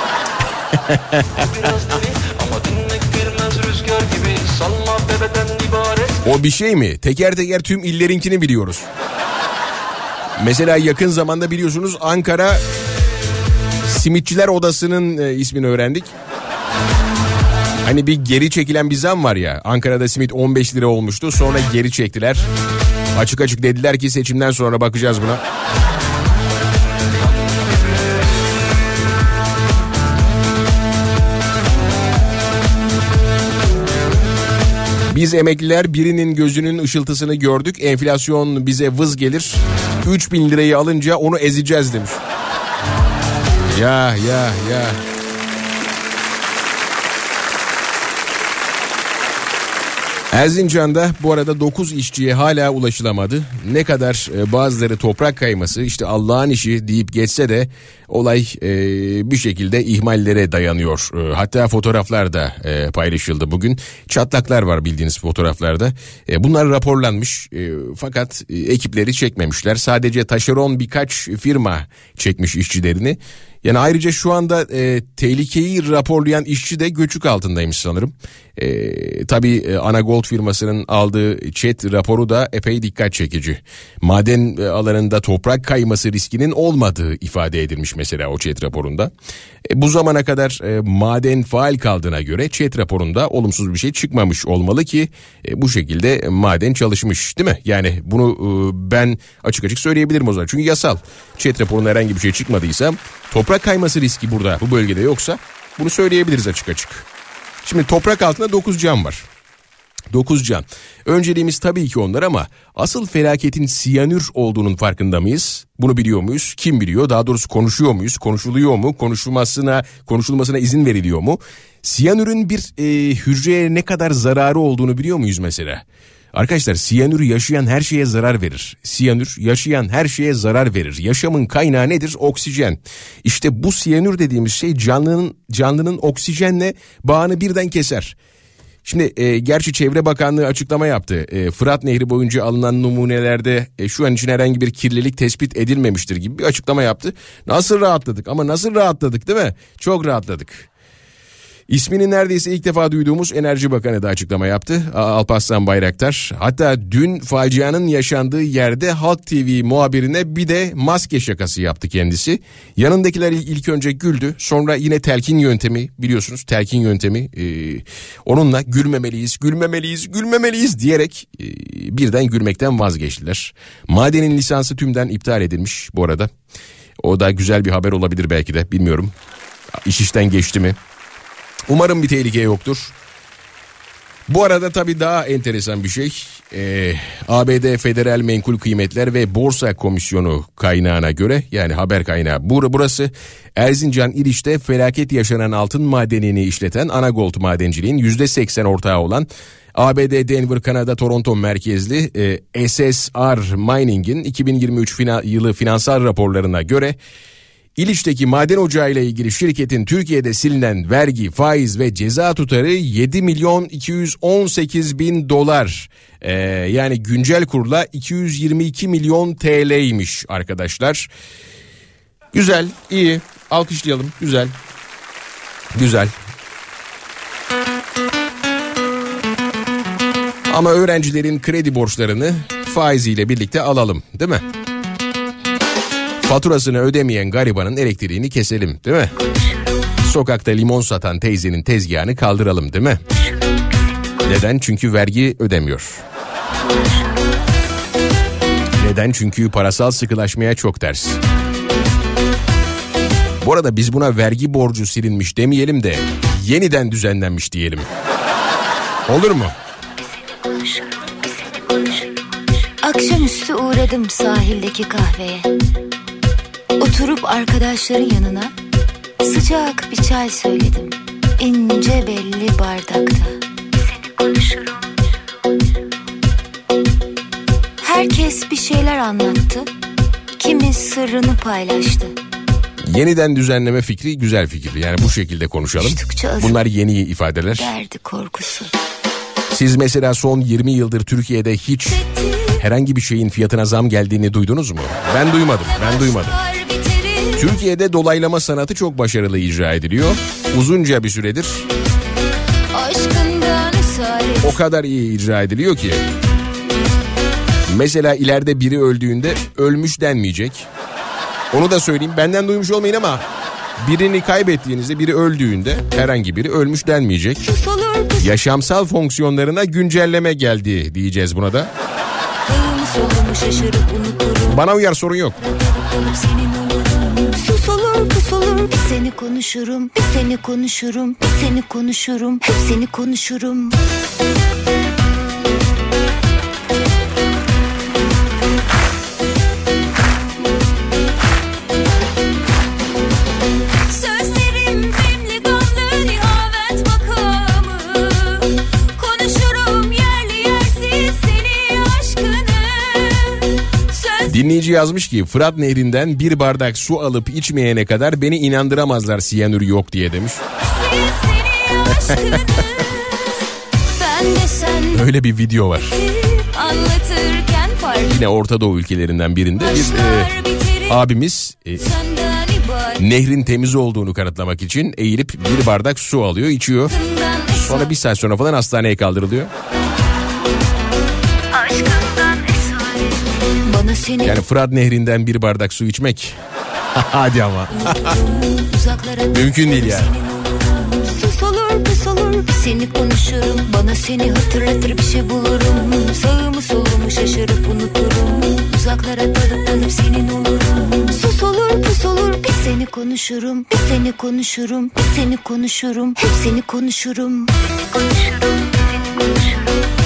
O bir şey mi? Teker teker tüm illerinkini biliyoruz. Mesela yakın zamanda biliyorsunuz Ankara Simitçiler Odası'nın e, ismini öğrendik. Hani bir geri çekilen bir zam var ya, Ankara'da simit on beş lira olmuştu, sonra geri çektiler. Açık açık dediler ki seçimden sonra bakacağız buna. Biz emekliler birinin gözünün ışıltısını gördük, enflasyon bize vız gelir, üç bin lirayı alınca onu ezeceğiz demiş. Ya ya ya. Erzincan'da bu arada dokuz işçiye hala ulaşılamadı. Ne kadar e, bazıları toprak kayması, işte Allah'ın işi deyip geçse de olay e, bir şekilde ihmallere dayanıyor. E, hatta fotoğraflar da e, paylaşıldı bugün. Çatlaklar var bildiğiniz fotoğraflarda. E, bunlar raporlanmış e, fakat e, ekipleri çekmemişler. Sadece taşeron birkaç firma çekmiş işçilerini. Yani ayrıca şu anda e, tehlikeyi raporlayan işçi de göçük altındaymış sanırım. E, tabii e, Anagold firmasının aldığı ÇED raporu da epey dikkat çekici. Maden e, alanında toprak kayması riskinin olmadığı ifade edilmiş mesela o ÇED raporunda. E, bu zamana kadar e, maden faal kaldığına göre ÇED raporunda olumsuz bir şey çıkmamış olmalı ki e, bu şekilde maden çalışmış, değil mi? Yani bunu e, ben açık açık söyleyebilirim o zaman. Çünkü yasal. ÇED raporunda herhangi bir şey çıkmadıysa, toprak kayması riski burada bu bölgede yoksa bunu söyleyebiliriz açık açık. Şimdi toprak altında dokuz can var. dokuz can. Önceliğimiz tabii ki onlar ama asıl felaketin siyanür olduğunun farkında mıyız? Bunu biliyor muyuz? Kim biliyor? Daha doğrusu konuşuyor muyuz? Konuşuluyor mu? Konuşulmasına, konuşulmasına izin veriliyor mu? Siyanürün bir e, hücreye ne kadar zararı olduğunu biliyor muyuz mesela? Arkadaşlar, siyanür yaşayan her şeye zarar verir. Siyanür yaşayan her şeye zarar verir. Yaşamın kaynağı nedir? Oksijen. İşte bu siyanür dediğimiz şey canlının canlının oksijenle bağını birden keser. Şimdi e, gerçi Çevre Bakanlığı açıklama yaptı. E, Fırat Nehri boyunca alınan numunelerde e, şu an için herhangi bir kirlilik tespit edilmemiştir gibi bir açıklama yaptı. Nasıl rahatladık ama nasıl rahatladık, değil mi? Çok rahatladık. İsmini neredeyse ilk defa duyduğumuz Enerji Bakanı da açıklama yaptı. Alparslan Bayraktar. Hatta dün facianın yaşandığı yerde Halk T V muhabirine bir de maske şakası yaptı kendisi. Yanındakiler ilk önce güldü. Sonra yine telkin yöntemi, biliyorsunuz telkin yöntemi. E, onunla gülmemeliyiz, gülmemeliyiz, gülmemeliyiz diyerek e, birden gülmekten vazgeçtiler. Madenin lisansı tümden iptal edilmiş bu arada. O da güzel bir haber olabilir belki de, bilmiyorum. İş işten geçti mi? Umarım bir tehlike yoktur. Bu arada tabii daha enteresan bir şey. e, A B D Federal Menkul Kıymetler ve Borsa Komisyonu kaynağına göre, yani haber kaynağı bur burası, Erzincan İliç'te felaket yaşanan altın madenini işleten Anagold Madenciliğin yüzde seksen ortağı olan A B D Denver, Kanada, Toronto merkezli e, S S R Mining'in iki bin yirmi üç fina, yılı finansal raporlarına göre İliç'teki maden ocağı ile ilgili şirketin Türkiye'de silinen vergi, faiz ve ceza tutarı yedi milyon iki yüz on sekiz bin dolar. Ee, yani güncel kurla iki yüz yirmi iki milyon T L'ymiş arkadaşlar. Güzel, iyi, alkışlayalım, güzel, güzel. Ama öğrencilerin kredi borçlarını faiziyle birlikte alalım, değil mi? Faturasını ödemeyen garibanın elektriğini keselim, değil mi? Sokakta limon satan teyzenin tezgahını kaldıralım, değil mi? Neden? Çünkü vergi ödemiyor. Neden? Çünkü parasal sıkılaşmaya çok ters. Bu arada biz buna vergi borcu silinmiş demeyelim de yeniden düzenlenmiş diyelim. Olur mu? Akşamüstü uğradım sahildeki kahveye. Oturup arkadaşların yanına sıcak bir çay söyledim. İnce belli bardakta. Seni konuşurum. Herkes bir şeyler anlattı. Kimi sırrını paylaştı. Yeniden düzenleme fikri güzel fikir. Yani bu şekilde konuşalım. Bunlar yeni ifadeler. Derdi korkusu. Siz mesela son yirmi yıldır Türkiye'de hiç herhangi bir şeyin fiyatına zam geldiğini duydunuz mu? Ben duymadım, ben duymadım. Türkiye'de dolaylama sanatı çok başarılı icra ediliyor. Uzunca bir süredir o kadar iyi icra ediliyor ki. Mesela ileride biri öldüğünde ölmüş denmeyecek. Onu da söyleyeyim, benden duymuş olmayın ama birini kaybettiğinizde, biri öldüğünde herhangi biri ölmüş denmeyecek. Yaşamsal fonksiyonlarına güncelleme geldi diyeceğiz buna da. Bana uyar, sorun yok. Sus olur pus olur, bir seni konuşurum, bir seni konuşurum, bir seni konuşurum, hep seni konuşurum. Sözlerim demli gamlı nihavet makamı, konuşurum yerli yersiz seni aşkını. Dinleyici yazmış ki Fırat Nehri'nden bir bardak su alıp içmeyene kadar beni inandıramazlar siyanür yok diye demiş. Öyle bir video var. Yine Orta Doğu ülkelerinden birinde bir e, abimiz e, nehrin temiz olduğunu kanıtlamak için eğilip bir bardak su alıyor, içiyor. Sonra bir saat sonra falan hastaneye kaldırılıyor. Yani Fırat Nehri'nden bir bardak su içmek hadi ama mümkün değil yani. Sus olur pus olur, bir seni konuşurum, bana seni hatırlatır bir şey bulurum. Sağımı solumu şaşırıp unuturum, uzaklara dalıp dalıp senin olurum. Sus olur pus olur, bir seni konuşurum, bir seni konuşurum, bir seni konuşurum, hep seni konuşurum. Seni konuşurum, seni konuşurum.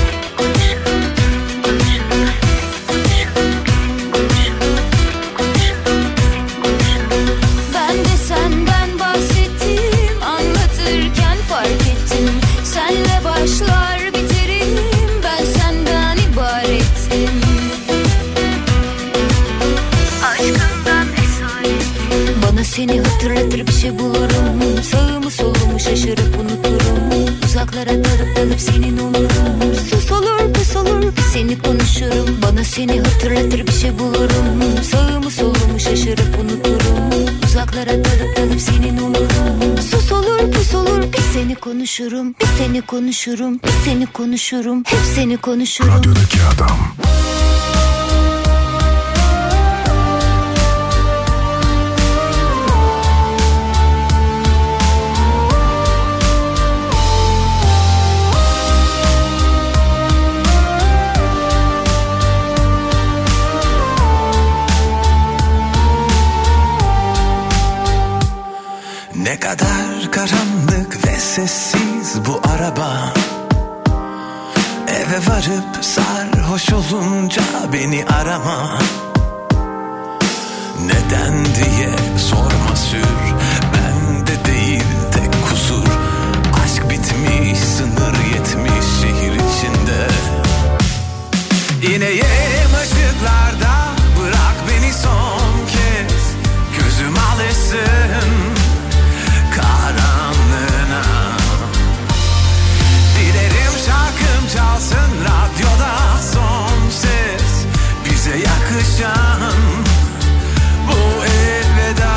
Seni hatırlatır bir şey bulurum, sağımı solumu şaşırıp unuturum, uzaklara dalıp dalıp senin olurum. Sus olur pus olur, seni konuşurum, bana seni hatırlatır bir şey bulurum, sağımı solumu şaşırıp unuturum, uzaklara dalıp dalıp senin olurum. Sus olur pus olur, seni konuşurum, bir seni konuşurum, bir seni konuşurum, hep seni konuşurum. Radyodaki adam. Ne kadar karanlık ve sessiz bu araba. Eve varıp sarhoş sarhoş olunca beni arama. Neden diye sorma sür. Bende değil tek kusur. Aşk bitmiş, sınır yetmiş şehir içinde. İneyim ışıklarda, bırak beni son kez. Gözüm alışsın karanlığına. Dilerim şarkım çalsın radyoda son ses. Bize yakışan bu elveda.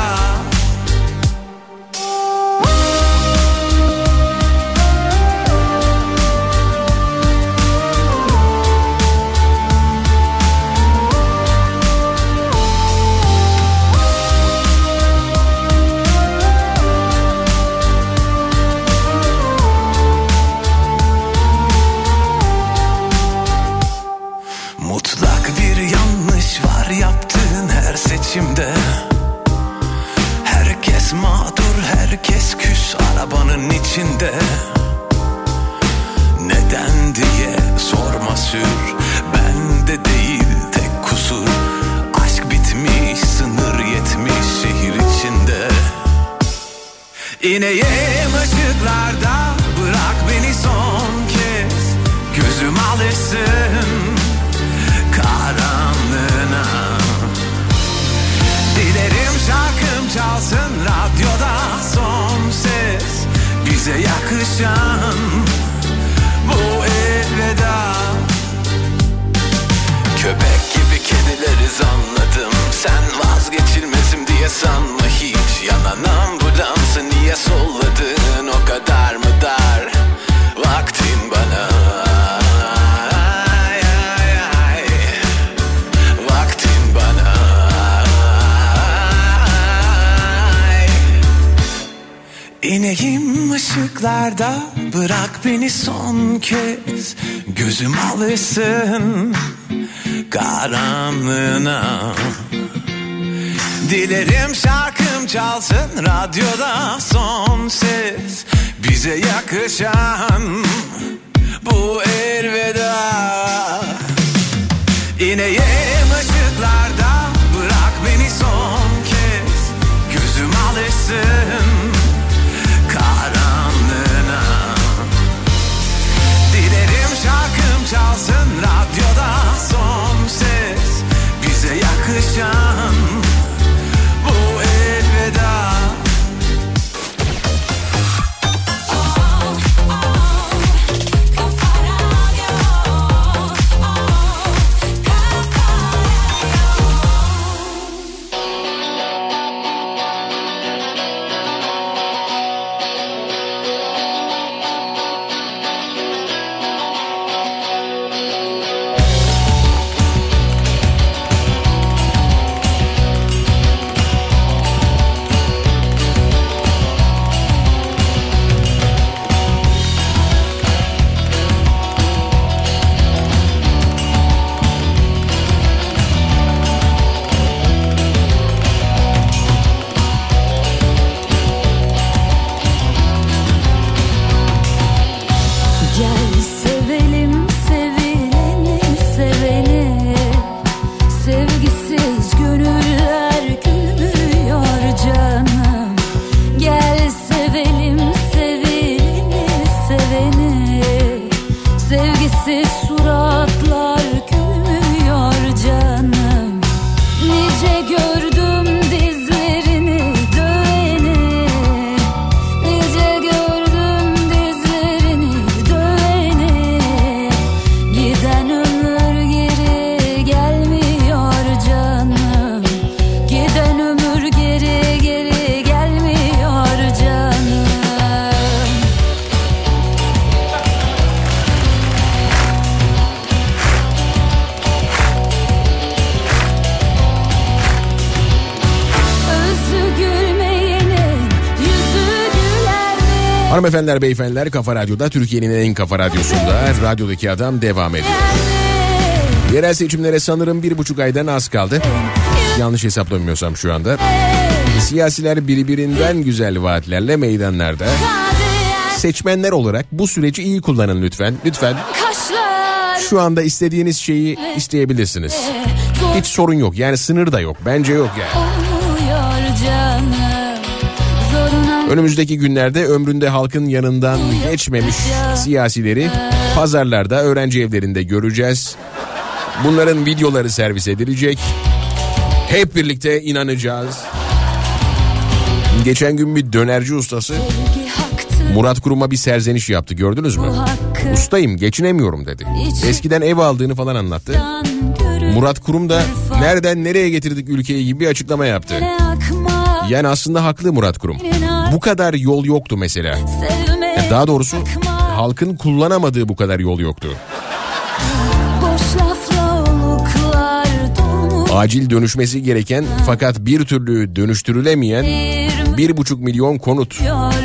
Mutlak bir yanlış var yaptığın her seçimde. Herkes mağdur, herkes küs arabanın içinde. Neden diye sorma sür. Bende değil tek kusur. Aşk bitmiş, sınır yetmiş şehir içinde. İneyim ışıklarda, bırak beni son kez. Gözüm alışsın karanlığına. Dilerim şarkım çalsın radyoda son ses. Bize yakışan bu elveda. Köpek gibi kedileriz anladım. Sen vazgeçilmezim diye sanma hiç. Yanan ambulansı niye solladın, o kadar mı dar vaktin bana? İneyim ışıklarda, bırak beni son kez. Gözüm alışsın karanlığına. Dilerim şarkım çalsın radyoda son ses. Bize yakışan bu elveda. İneyim ışıklarda, bırak beni son kez. Gözüm alışsın karanlığına. Dilerim şarkım çalsın radyoda son ses. Bize yakışan bu elveda. Hanımefendiler, beyefendiler, Kafa Radyo'da, Türkiye'nin en kafa radyosunda Radyodaki Adam devam ediyor. Yerel seçimlere sanırım bir buçuk aydan az kaldı. Yanlış hesaplamıyorsam şu anda. Siyasiler birbirinden güzel vaatlerle meydanlarda. Seçmenler olarak bu süreci iyi kullanın lütfen. Lütfen. Şu anda istediğiniz şeyi isteyebilirsiniz. Hiç sorun yok. Yani sınır da yok. Bence yok yani. Önümüzdeki günlerde ömründe halkın yanından geçmemiş siyasileri pazarlarda, öğrenci evlerinde göreceğiz. Bunların videoları servis edilecek. Hep birlikte inanacağız. Geçen gün bir dönerci ustası Murat Kurum'a bir serzeniş yaptı, gördünüz mü? Ustayım, geçinemiyorum dedi. Eskiden ev aldığını falan anlattı. Murat Kurum da nereden nereye getirdik ülkeyi gibi bir açıklama yaptı. Yani aslında haklı Murat Kurum. Bu kadar yol yoktu mesela. Yani daha doğrusu halkın kullanamadığı bu kadar yol yoktu. Acil dönüşmesi gereken fakat bir türlü dönüştürülemeyen bir buçuk milyon konut.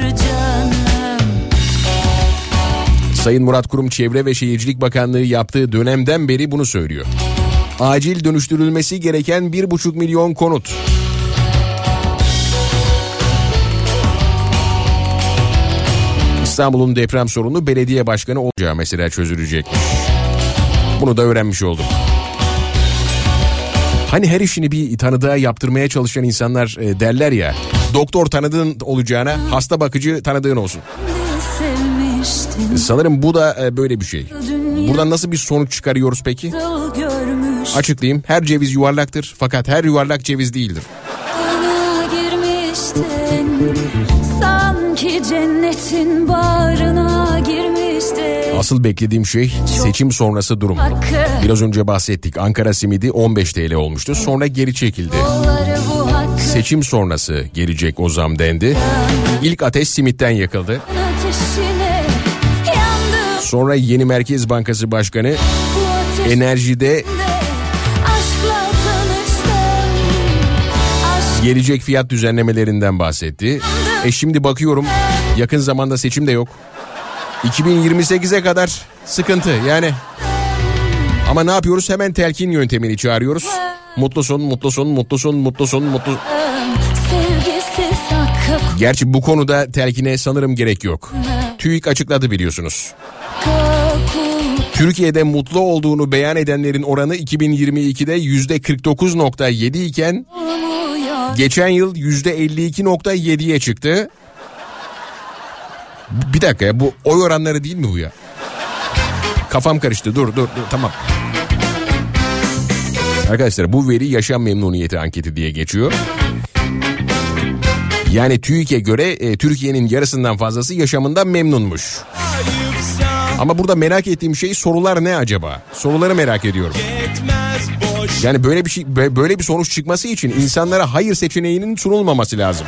Sayın Murat Kurum Çevre ve Şehircilik Bakanlığı yaptığı dönemden beri bunu söylüyor. Acil dönüştürülmesi gereken bir buçuk milyon konut. İstanbul'un deprem sorunu belediye başkanı olacağı mesela çözülecek. Bunu da öğrenmiş oldum. Hani her işini bir tanıdığa yaptırmaya çalışan insanlar e, derler ya, doktor tanıdığın olacağına hasta bakıcı tanıdığın olsun. Sanırım bu da e, böyle bir şey. Buradan nasıl bir sonuç çıkarıyoruz peki? Açıklayayım. Her ceviz yuvarlaktır fakat her yuvarlak ceviz değildir. Sanki cennetin bağrına girmişti. Asıl beklediğim şey seçim sonrası durum. Biraz önce bahsettik. Ankara simidi on beş TL olmuştu. Sonra geri çekildi. Seçim sonrası gelecek o zam dendi. İlk ateş simitten yakıldı. Sonra yeni Merkez Bankası Başkanı enerjide gelecek fiyat düzenlemelerinden bahsetti. E şimdi bakıyorum yakın zamanda seçim de yok. iki bin yirmi sekize kadar sıkıntı yani. Ama ne yapıyoruz? Hemen telkin yöntemini çağırıyoruz. Mutlu son, mutlu son, mutlu son, mutlu son, mutlu... Gerçi bu konuda telkine sanırım gerek yok. TÜİK açıkladı biliyorsunuz. Türkiye'de mutlu olduğunu beyan edenlerin oranı iki bin yirmi ikide yüzde kırk dokuz nokta yedi iken geçen yıl yüzde elli iki nokta yediye çıktı. Bir dakika ya, bu oy oranları değil mi bu ya? Kafam karıştı, dur dur dur tamam. Arkadaşlar bu veri yaşam memnuniyeti anketi diye geçiyor. Yani TÜİK'e göre e, Türkiye'nin yarısından fazlası yaşamından memnunmuş. Ama burada merak ettiğim şey, sorular ne acaba? Soruları merak ediyorum. Yani böyle bir şey, böyle bir sonuç çıkması için insanlara hayır seçeneğinin sunulmaması lazım.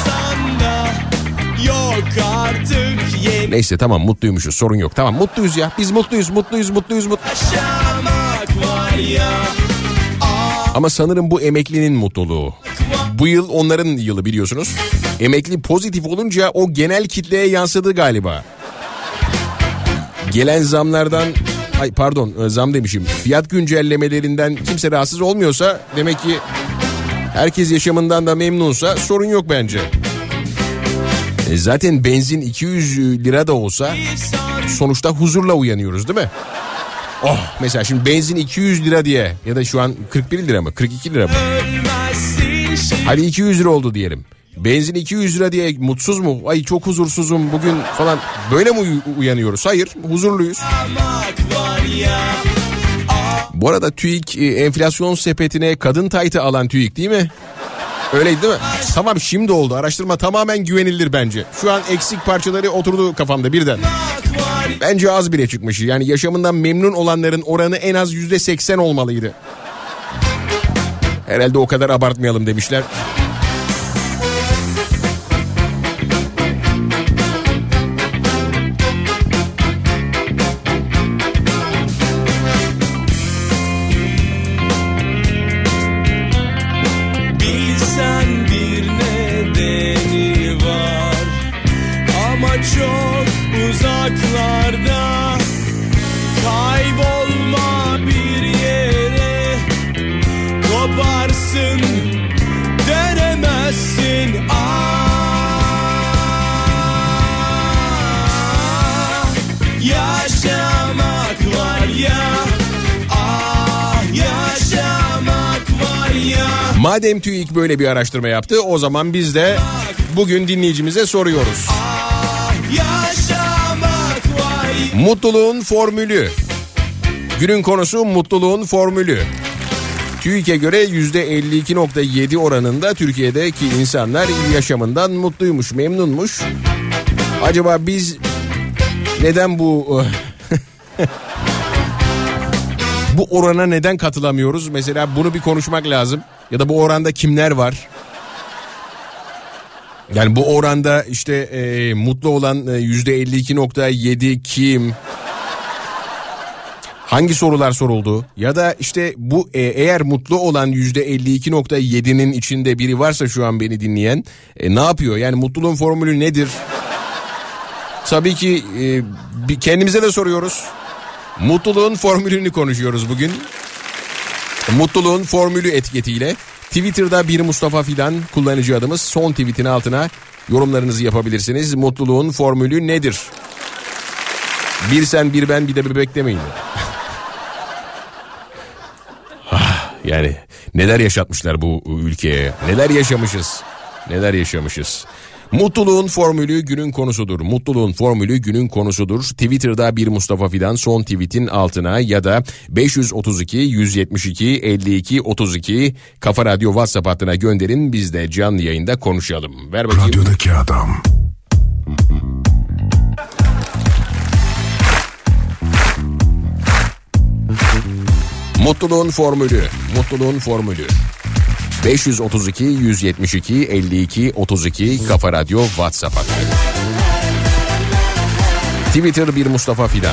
Neyse tamam, mutluymuşuz, sorun yok. Tamam mutluyuz ya, biz mutluyuz mutluyuz mutluyuz mutluyuz. Ama sanırım bu emeklinin mutluluğu. Bu yıl onların yılı biliyorsunuz. Emekli pozitif olunca o genel kitleye yansıdı galiba. Gelen zamlardan, ay pardon zam demişim, fiyat güncellemelerinden kimse rahatsız olmuyorsa demek ki herkes yaşamından da memnunsa sorun yok bence. E zaten benzin iki yüz lira da olsa sonuçta huzurla uyanıyoruz değil mi? Oh mesela şimdi benzin iki yüz lira diye, ya da şu an kırk bir lira mı kırk iki lira mı? Hadi iki yüz lira oldu diyelim. Benzin iki yüz lira diye mutsuz mu? Ay çok huzursuzum bugün falan. Böyle mi uyanıyoruz? Hayır, huzurluyuz. Bu arada TÜİK enflasyon sepetine kadın taytı alan TÜİK değil mi? Öyleydi değil mi? Tamam, şimdi oldu. Araştırma tamamen güvenilir bence. Şu an eksik parçaları oturdu kafamda birden. Bence az bile çıkmış. Yani yaşamından memnun olanların oranı en az yüzde seksen olmalıydı. Herhalde o kadar abartmayalım demişler. Koparsın döner. Madem TÜİK böyle bir araştırma yaptı, o zaman biz de bugün dinleyicimize soruyoruz. Mutluluğun formülü. Günün konusu mutluluğun formülü. TÜİK'e göre yüzde elli iki nokta yedi oranında Türkiye'deki insanlar yaşamından mutluymuş, memnunmuş. Acaba biz neden bu bu orana neden katılamıyoruz? Mesela bunu bir konuşmak lazım. Ya da bu oranda kimler var? Yani bu oranda işte e, mutlu olan e, yüzde elli iki nokta yedi kim? Hangi sorular soruldu? Ya da işte bu e, eğer mutlu olan yüzde elli iki nokta yedinin içinde biri varsa şu an beni dinleyen, e, ne yapıyor? Yani mutluluğun formülü nedir? Tabii ki e, kendimize de soruyoruz. Mutluluğun formülünü konuşuyoruz bugün. Mutluluğun formülü etiketiyle Twitter'da bir Mustafa Fidan kullanıcı adımız, son tweetin altına yorumlarınızı yapabilirsiniz. Mutluluğun formülü nedir? Bir sen bir ben bir de bebek demeyin. Yani neler yaşatmışlar bu ülkeye, neler yaşamışız, neler yaşamışız. Mutluluğun formülü günün konusudur. Mutluluğun formülü günün konusudur. Twitter'da bir Mustafa Fidan son tweetin altına ya da beş yüz otuz iki yüz yetmiş iki elli iki otuz iki Kafa Radyo WhatsApp hattına gönderin. Biz de canlı yayında konuşalım. Ver bakayım. Radyodaki adam. Mutluluğun formülü. Mutluluğun formülü. beş yüz otuz iki yüz yetmiş iki elli iki otuz iki Kafa Radyo WhatsApp hattı. Twitter bir Mustafa Fidan.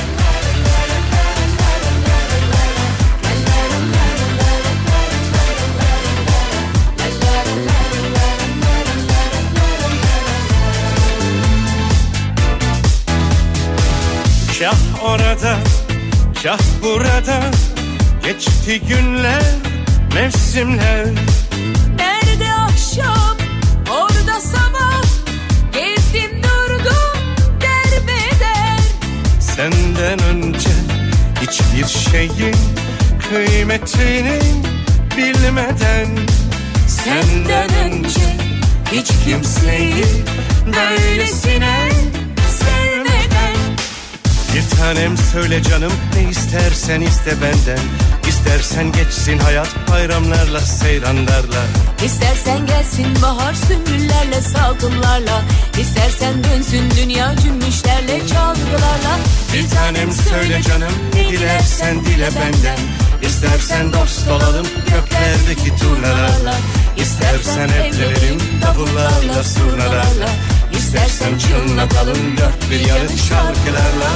Kah orada, kah burada, geçti günler, mevsimler. Nerede akşam, orada sabah, gezdim durdum derbeder. Senden önce hiçbir şeyin kıymetini bilmeden, Senden önce hiç kimseyi böylesine sevmeden. bir tanem söyle canım, ne istersen iste benden. İstersen geçsin hayat bayramlarla, seyranlarla. İstersen gelsin bahar sümbüllerle, salkımlarla. İstersen dönsün dünya cümbüşlerle, çalgılarla. Bir tanem söyle canım, ne dilersen dile benden. İstersen dost olalım göklerdeki turnalarla. İstersen evlenelim davullarla, surnalarla. İstersen çınlatalım dört bir yanı şarkılarla.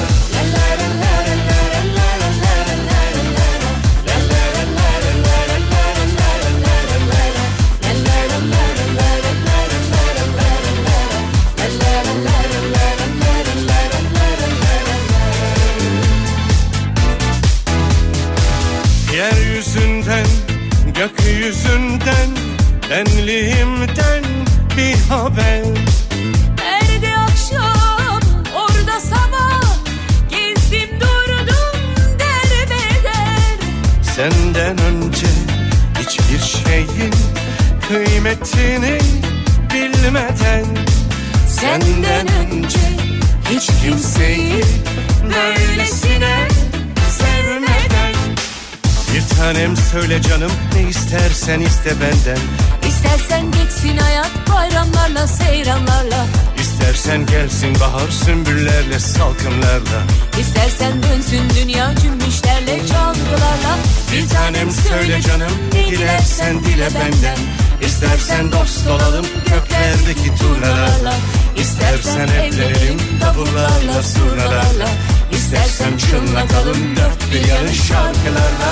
Yeryüzünden, gökyüzünden, benliğimden bir haber. Nerede akşam, orada sabah, gezdim durdum derbeder. Senden önce hiçbir şeyin kıymetini bilmeden, Senden önce hiç kimseyi böylesine sevmeden. bir tanem söyle canım, ne istersen iste benden. İstersen geçsin hayat bayramlarla, seyranlarla. İstersen gelsin bahar sümbüllerle, salkımlarla. İstersen dönsün dünya cümbüşlerle, çalgılarla. Bir tanem söyle canım, ne dilersen dile benden. İstersen dost olalım göklerdeki turnalarla. İstersen evlenelim davullarla, surnalarla. İstersen çınlatalım dört bir yanı şarkılarla.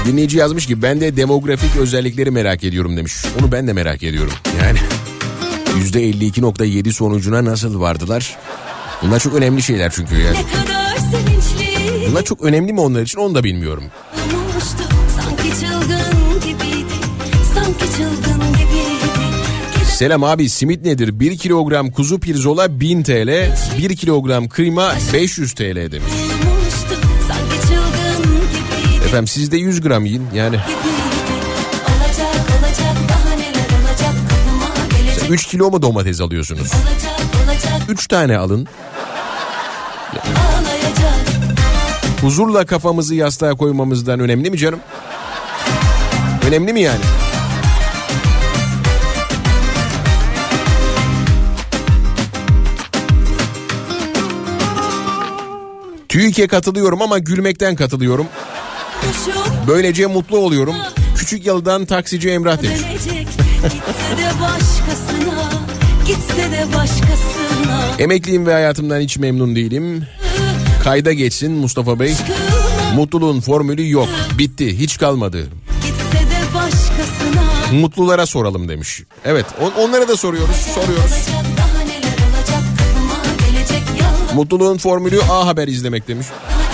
Dinleyici yazmış ki ben de demografik özellikleri merak ediyorum demiş. Onu ben de merak ediyorum. Yani yüzde elli iki nokta yedi sonucuna nasıl vardılar? Bunlar çok önemli şeyler çünkü yani. Bunlar çok önemli mi onlar için onu da bilmiyorum. Sanki çılgın gibiydi, sanki çılgın gibiydi. Selam abi, simit nedir? bir kilogram kuzu pirzola bin TL, bir kilogram kıyma beş yüz TL demiş. Efendim siz de yüz gram yiyin yani. üç kilo mu domates alıyorsunuz? üç tane alın. Huzurla kafamızı yastığa koymamızdan önemli mi canım? Önemli mi yani? TÜİK'e katılıyorum ama gülmekten katılıyorum. Böylece mutlu oluyorum. Küçük Yalı'dan taksici Emrah demiş. Gitse de başkasına, gitse de başkasına. Emekliyim ve hayatımdan hiç memnun değilim. Kayda geçsin Mustafa Bey. Mutluluğun formülü yok. Bitti. Hiç kalmadı. Gitse de başkasına. Mutlulara soralım demiş. Evet, on, onlara da soruyoruz. Soruyoruz. Mutluluğun formülü A Haber izlemek demiş.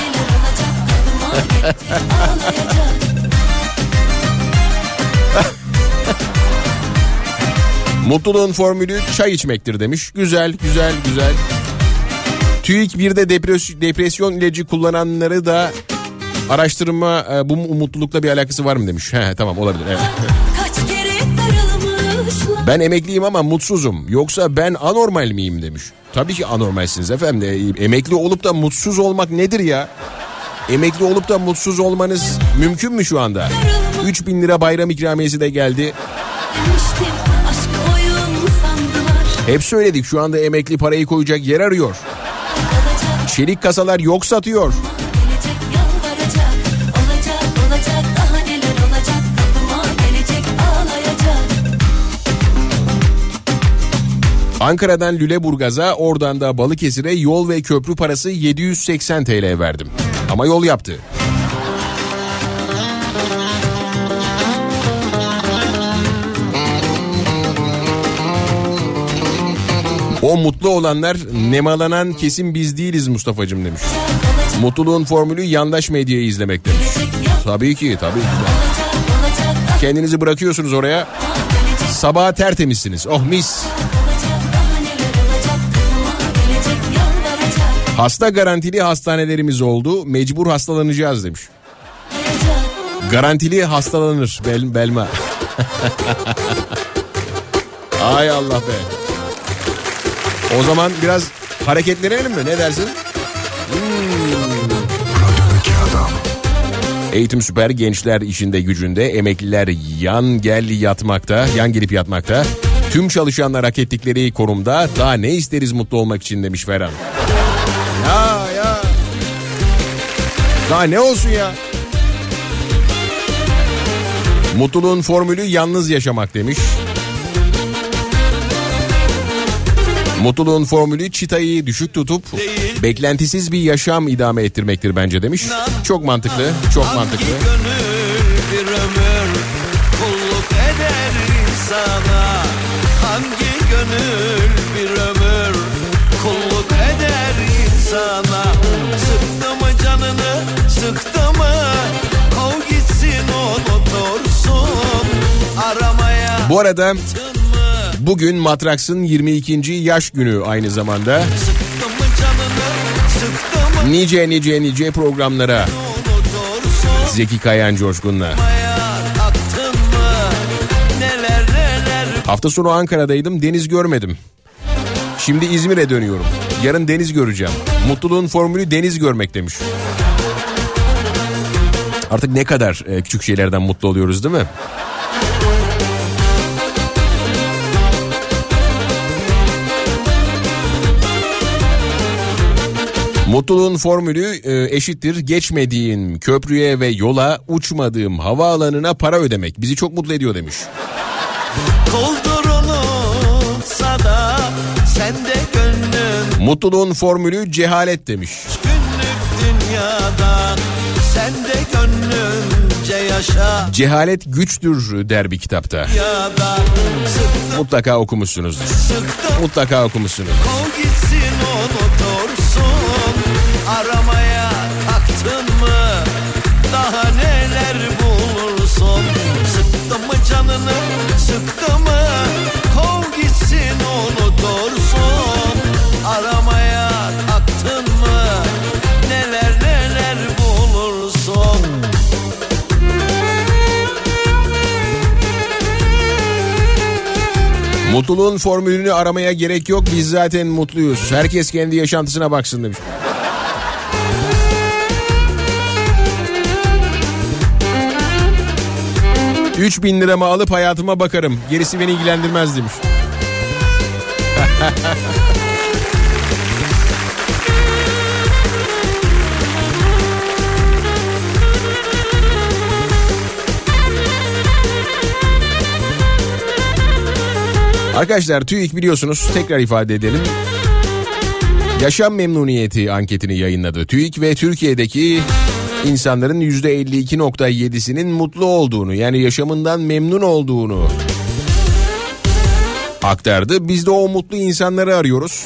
Mutluluğun formülü çay içmektir demiş. Güzel, güzel, güzel. TÜİK bir de depres- depresyon ilacı kullananları da araştırma, bu mutlulukla bir alakası var mı demiş. He, tamam olabilir. Evet. Ben emekliyim ama mutsuzum. Yoksa ben anormal miyim demiş. Tabii ki anormalsiniz efendim. Emekli olup da mutsuz olmak nedir ya? Emekli olup da mutsuz olmanız mümkün mü şu anda? üç bin lira bayram ikramiyesi de geldi. Hep söyledik, şu anda emekli parayı koyacak yer arıyor. Çelik kasalar yok satıyor. Ankara'dan Lüleburgaz'a, oradan da Balıkesir'e yol ve köprü parası yedi yüz seksen TL verdim. Ama yol yaptı. O mutlu olanlar, nemalanan kesim biz değiliz Mustafa'cığım demiş. Mutluluğun formülü yandaş medyayı izlemek demiş. Tabii ki, tabii ki. Kendinizi bırakıyorsunuz oraya. Sabaha tertemizsiniz. Oh mis. Hasta garantili hastanelerimiz oldu. Mecbur hastalanacağız demiş. Garantili hastalanır Bel Belma. Ay Allah be. O zaman biraz hareketlenelim mi? Ne dersin? Hmm. Eğitim süper, gençler işinde gücünde, emekliler yan gel yatmakta, yan gelip yatmakta. Tüm çalışanlar hak ettikleri konumda, daha ne isteriz mutlu olmak için demiş Ferhan. Ya ya. Daha ne olsun ya? Mutluluğun formülü yalnız yaşamak demiş. Mutluluğun formülü çıtayı düşük tutup beklentisiz bir yaşam idame ettirmektir bence demiş. Çok mantıklı, çok mantıklı. Hangi gönül bir ömür kulluk eder insana? Hangi gönül bir ömür kulluk eder insana? Sıktı mı canını, sıktı mı? Kov gitsin, unutursun aramaya. Bu arada bugün Matraks'ın yirmi ikinci yaş günü aynı zamanda. Nice nice nice programlara. Zeki Kayan Coşkun'la. Hafta sonu Ankara'daydım, deniz görmedim. Şimdi İzmir'e dönüyorum. Yarın deniz göreceğim. Mutluluğun formülü deniz görmek demiş. Artık ne kadar e, küçük şeylerden mutlu oluyoruz değil mi? Mutluluğun formülü e, eşittir geçmediğin köprüye ve yola, uçmadığım havaalanına para ödemek. Bizi çok mutlu ediyor demiş. Kuldurulsa da sende gönlün. Mutluluğun formülü cehalet demiş. Günlük dünyadan sende gönlünce yaşa. Cehalet güçtür der bir kitapta. Ya da Mutlaka okumuşsunuzdur. sıktım. Mutlaka okumuşsunuz. Kov gitsin unutursun. Aramaya kalktın mı daha neler bulursun. Sıktı mı canını, sıktı mı, kov gitsin unutursun. Aramaya kalktın mı neler neler bulursun. Mutluluğun formülünü aramaya gerek yok. Biz zaten mutluyuz. Herkes kendi yaşantısına baksın demiş. Üç bin liramı alıp hayatıma bakarım. Gerisi beni ilgilendirmez demiş. Arkadaşlar TÜİK biliyorsunuz, tekrar ifade edelim. Yaşam memnuniyeti anketini yayınladı TÜİK ve Türkiye'deki insanların yüzde elli iki nokta yedisinin mutlu olduğunu, yani yaşamından memnun olduğunu aktardı. Biz de o mutlu insanları arıyoruz.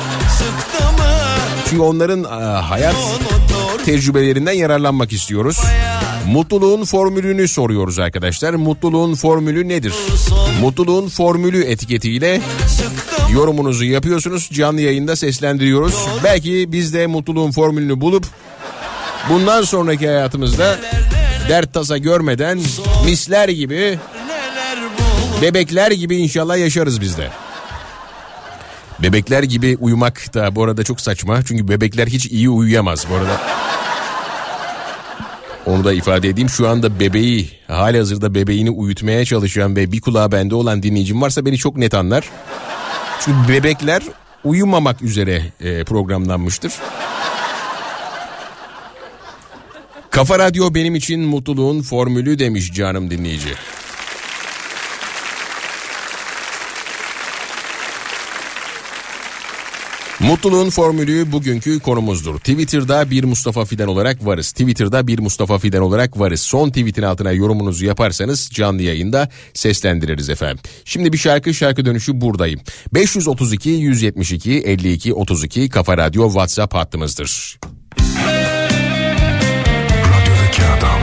Çünkü onların a, hayat tecrübelerinden yararlanmak istiyoruz. Mutluluğun formülünü soruyoruz arkadaşlar. Mutluluğun formülü nedir? Mutluluğun formülü etiketiyle yorumunuzu yapıyorsunuz. Canlı yayında seslendiriyoruz. Belki biz de mutluluğun formülünü bulup bundan sonraki hayatımızda dert tasa görmeden misler gibi, bebekler gibi inşallah yaşarız biz de. Bebekler gibi uyumak da bu arada çok saçma. Çünkü bebekler hiç iyi uyuyamaz bu arada. Onu da ifade edeyim. Şu anda bebeği, halihazırda bebeğini uyutmaya çalışan ve bir kulağı bende olan dinleyicim varsa beni çok net anlar. Çünkü bebekler uyumamak üzere e, programlanmıştır. Kafa Radyo benim için mutluluğun formülü demiş canım dinleyici. Mutluluğun formülü bugünkü konumuzdur. Twitter'da bir Mustafa Fidan olarak varız. Twitter'da bir Mustafa Fidan olarak varız. Son tweetin altına yorumunuzu yaparsanız canlı yayında seslendiririz efendim. Şimdi bir şarkı şarkı dönüşü buradayım. beş yüz otuz iki yüz yetmiş iki elli iki otuz iki Kafa Radyo WhatsApp hattımızdır. Radyodaki adam.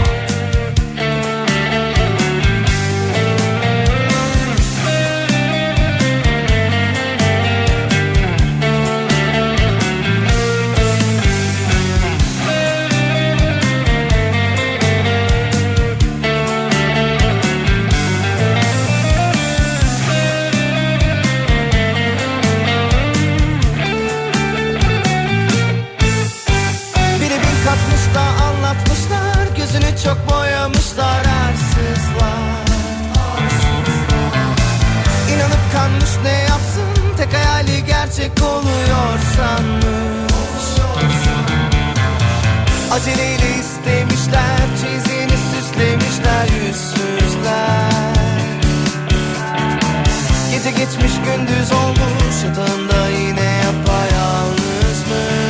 Çok boyamışlar arsızlar. İnanıp kanmış ne yapsın, tek hayali gerçek oluyor sanmış. Aceleyle istemişler, çizini süslemişler yüzsüzler. Gece geçmiş gündüz olmuş, yatağında yine yapayalnızmış.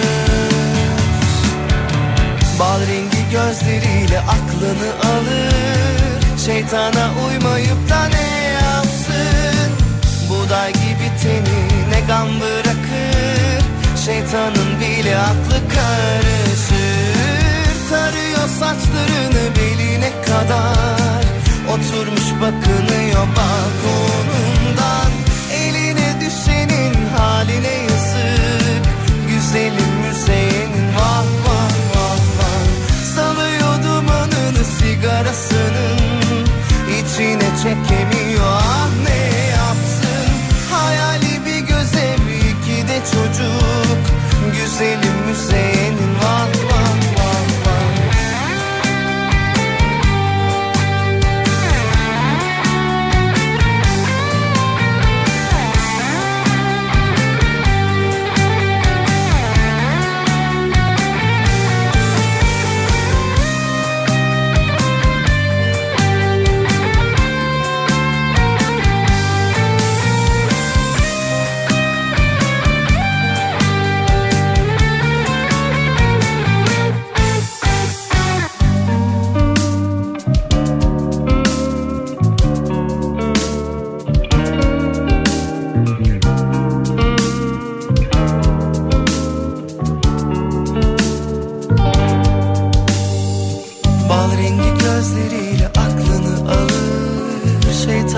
Bal rengi gözleriyle aklını alır, şeytana uymayıp da ne yapsın? Buğday gibi teni ne gam bırakır, şeytanın bile aklı karışır. Tarıyor saçlarını beline kadar, oturmuş bakınıyor balkonundan. Eline düşenin haline yazık, güzelim Müzeyye'nin vah vah vah vah. Salıyor dumanını sigarasının, içine çekemiyor ah ne yapsın. Hayali bir göze iki de çocuk, güzelim Müzeyye'nin vah vah vah vah.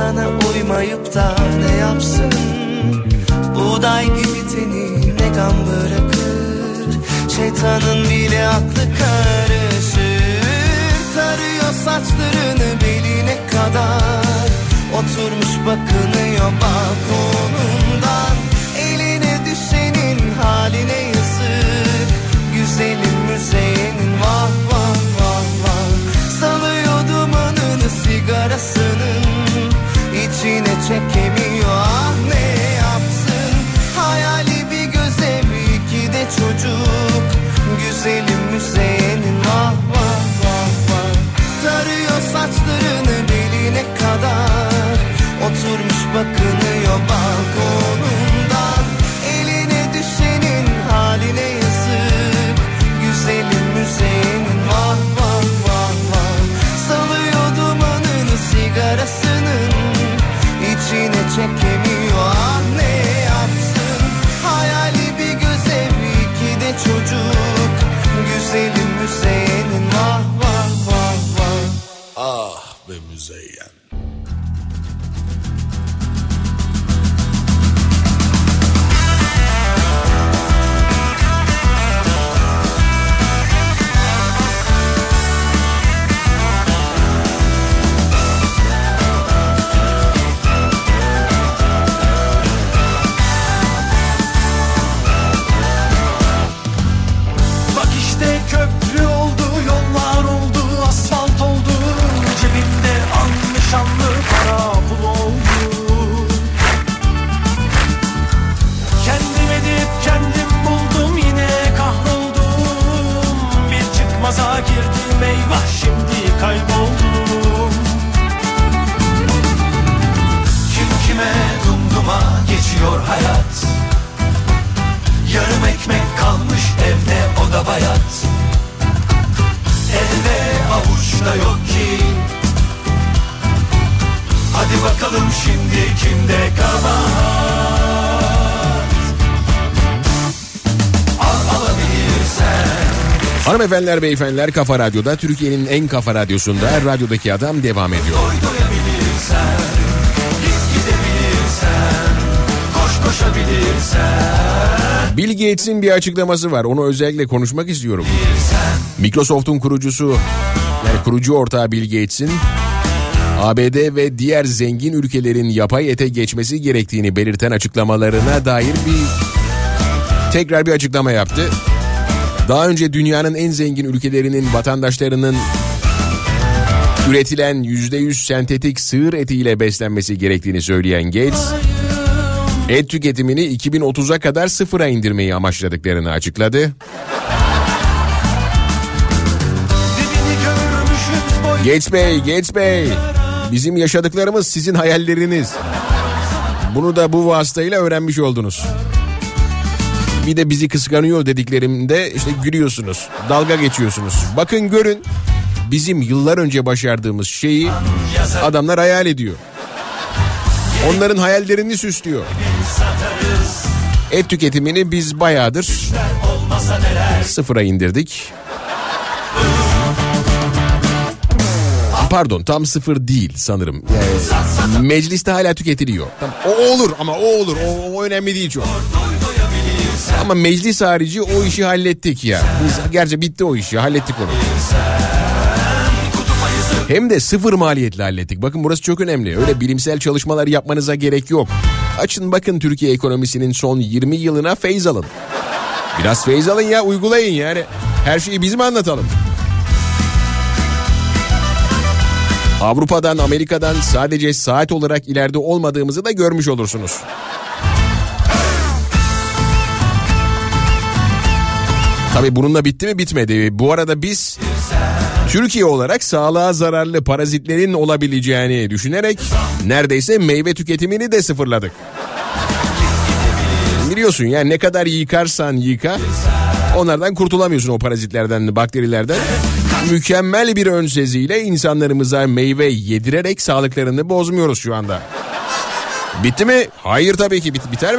sana uymayıp da ne yapsın? Buğday gibi teni ne gam bırakır, şeytanın bile aklı karışır. Tarıyor saçlarını beline kadar, oturmuş bakınıyor balkonundan. Eline düşenin haline yazık, güzelim müzeyenin vah vah vah vah. Salıyor dumanını sigarasının, içine çekemiyor ah ne yapsın? Hayali bir göz evi, iki de çocuk, güzelim müzeyenin vah vah vah vah. Tarıyor saçlarını beline kadar, oturmuş bakınıyor balkonundan. Eline düşenin haline yazık, güzelim müzeyenin vah vah vah vah. Salıyor dumanını sigarasının, içine çekemiyor ah ne yapsın? Hayali bir göz evi, iki de çocuk, güzelim müzeyenin vah vah vah vah. Ah be Müzeyyen. Bak işte köprü oldu, yollar oldu, asfalt oldu. Cebimde anlı şanlı para pul oldu. Kendim edip kendim buldum, yine kahroldum. Bir çıkmaza girdim eyvah, şimdi kayboldum. Kim kime dumduma geçiyor hayat. Yarım ekmek kalmış evde, o da bayat. Elde avuçta yok ki. Hadi bakalım şimdi kimde kabahat. Al alabilirsen. Hanımefendiler, beyefendiler, Kafa Radyo'da, Türkiye'nin en kafa radyosunda Radyodaki Adam devam ediyor. Doy doyabilirsen, git gidebilirsen, koş koşabilirsen. Bill Gates'in bir açıklaması var. Onu özellikle konuşmak istiyorum. Microsoft'un kurucusu, yani kurucu ortağı Bill Gates'in A B D ve diğer zengin ülkelerin yapay ete geçmesi gerektiğini belirten açıklamalarına dair bir tekrar bir açıklama yaptı. Daha önce dünyanın en zengin ülkelerinin vatandaşlarının üretilen yüzde yüz sentetik sığır etiyle beslenmesi gerektiğini söyleyen Gates, et tüketimini iki bin otuza kadar sıfıra indirmeyi amaçladıklarını açıkladı. Gates Bey, Gates Bey, bizim yaşadıklarımız sizin hayalleriniz. Bunu da bu vasıtayla öğrenmiş oldunuz. Bir de bizi kıskanıyor dediklerimde işte gülüyorsunuz, dalga geçiyorsunuz. Bakın görün, bizim yıllar önce başardığımız şeyi adamlar hayal ediyor. Onların hayallerini süslüyor. Et tüketimini biz bayağıdır sıfıra indirdik. Pardon, tam sıfır değil sanırım. Yani mecliste hala tüketiliyor. O olur ama o olur. O, o önemli değil çok. Ama meclis harici o işi hallettik ya. Biz, gerçi bitti o iş ya, hallettik onu. Hem de sıfır maliyetle hallettik. Bakın burası çok önemli. Öyle bilimsel çalışmalar yapmanıza gerek yok. Açın bakın Türkiye ekonomisinin son yirmi yılına feyz alın. Biraz feyz alın ya, uygulayın yani. Her şeyi biz mi anlatalım? Avrupa'dan, Amerika'dan sadece saat olarak ileride olmadığımızı da görmüş olursunuz. Tabii bununla bitti mi? Bitmedi. Bu arada biz Türkiye olarak sağlığa zararlı parazitlerin olabileceğini düşünerek neredeyse meyve tüketimini de sıfırladık. Biliyorsun yani ne kadar yıkarsan yıka onlardan kurtulamıyorsun, o parazitlerden, bakterilerden. Mükemmel bir ön seziyle insanlarımıza meyve yedirerek sağlıklarını bozmuyoruz şu anda. Bitti mi? Hayır tabii ki. Bit- biter mi?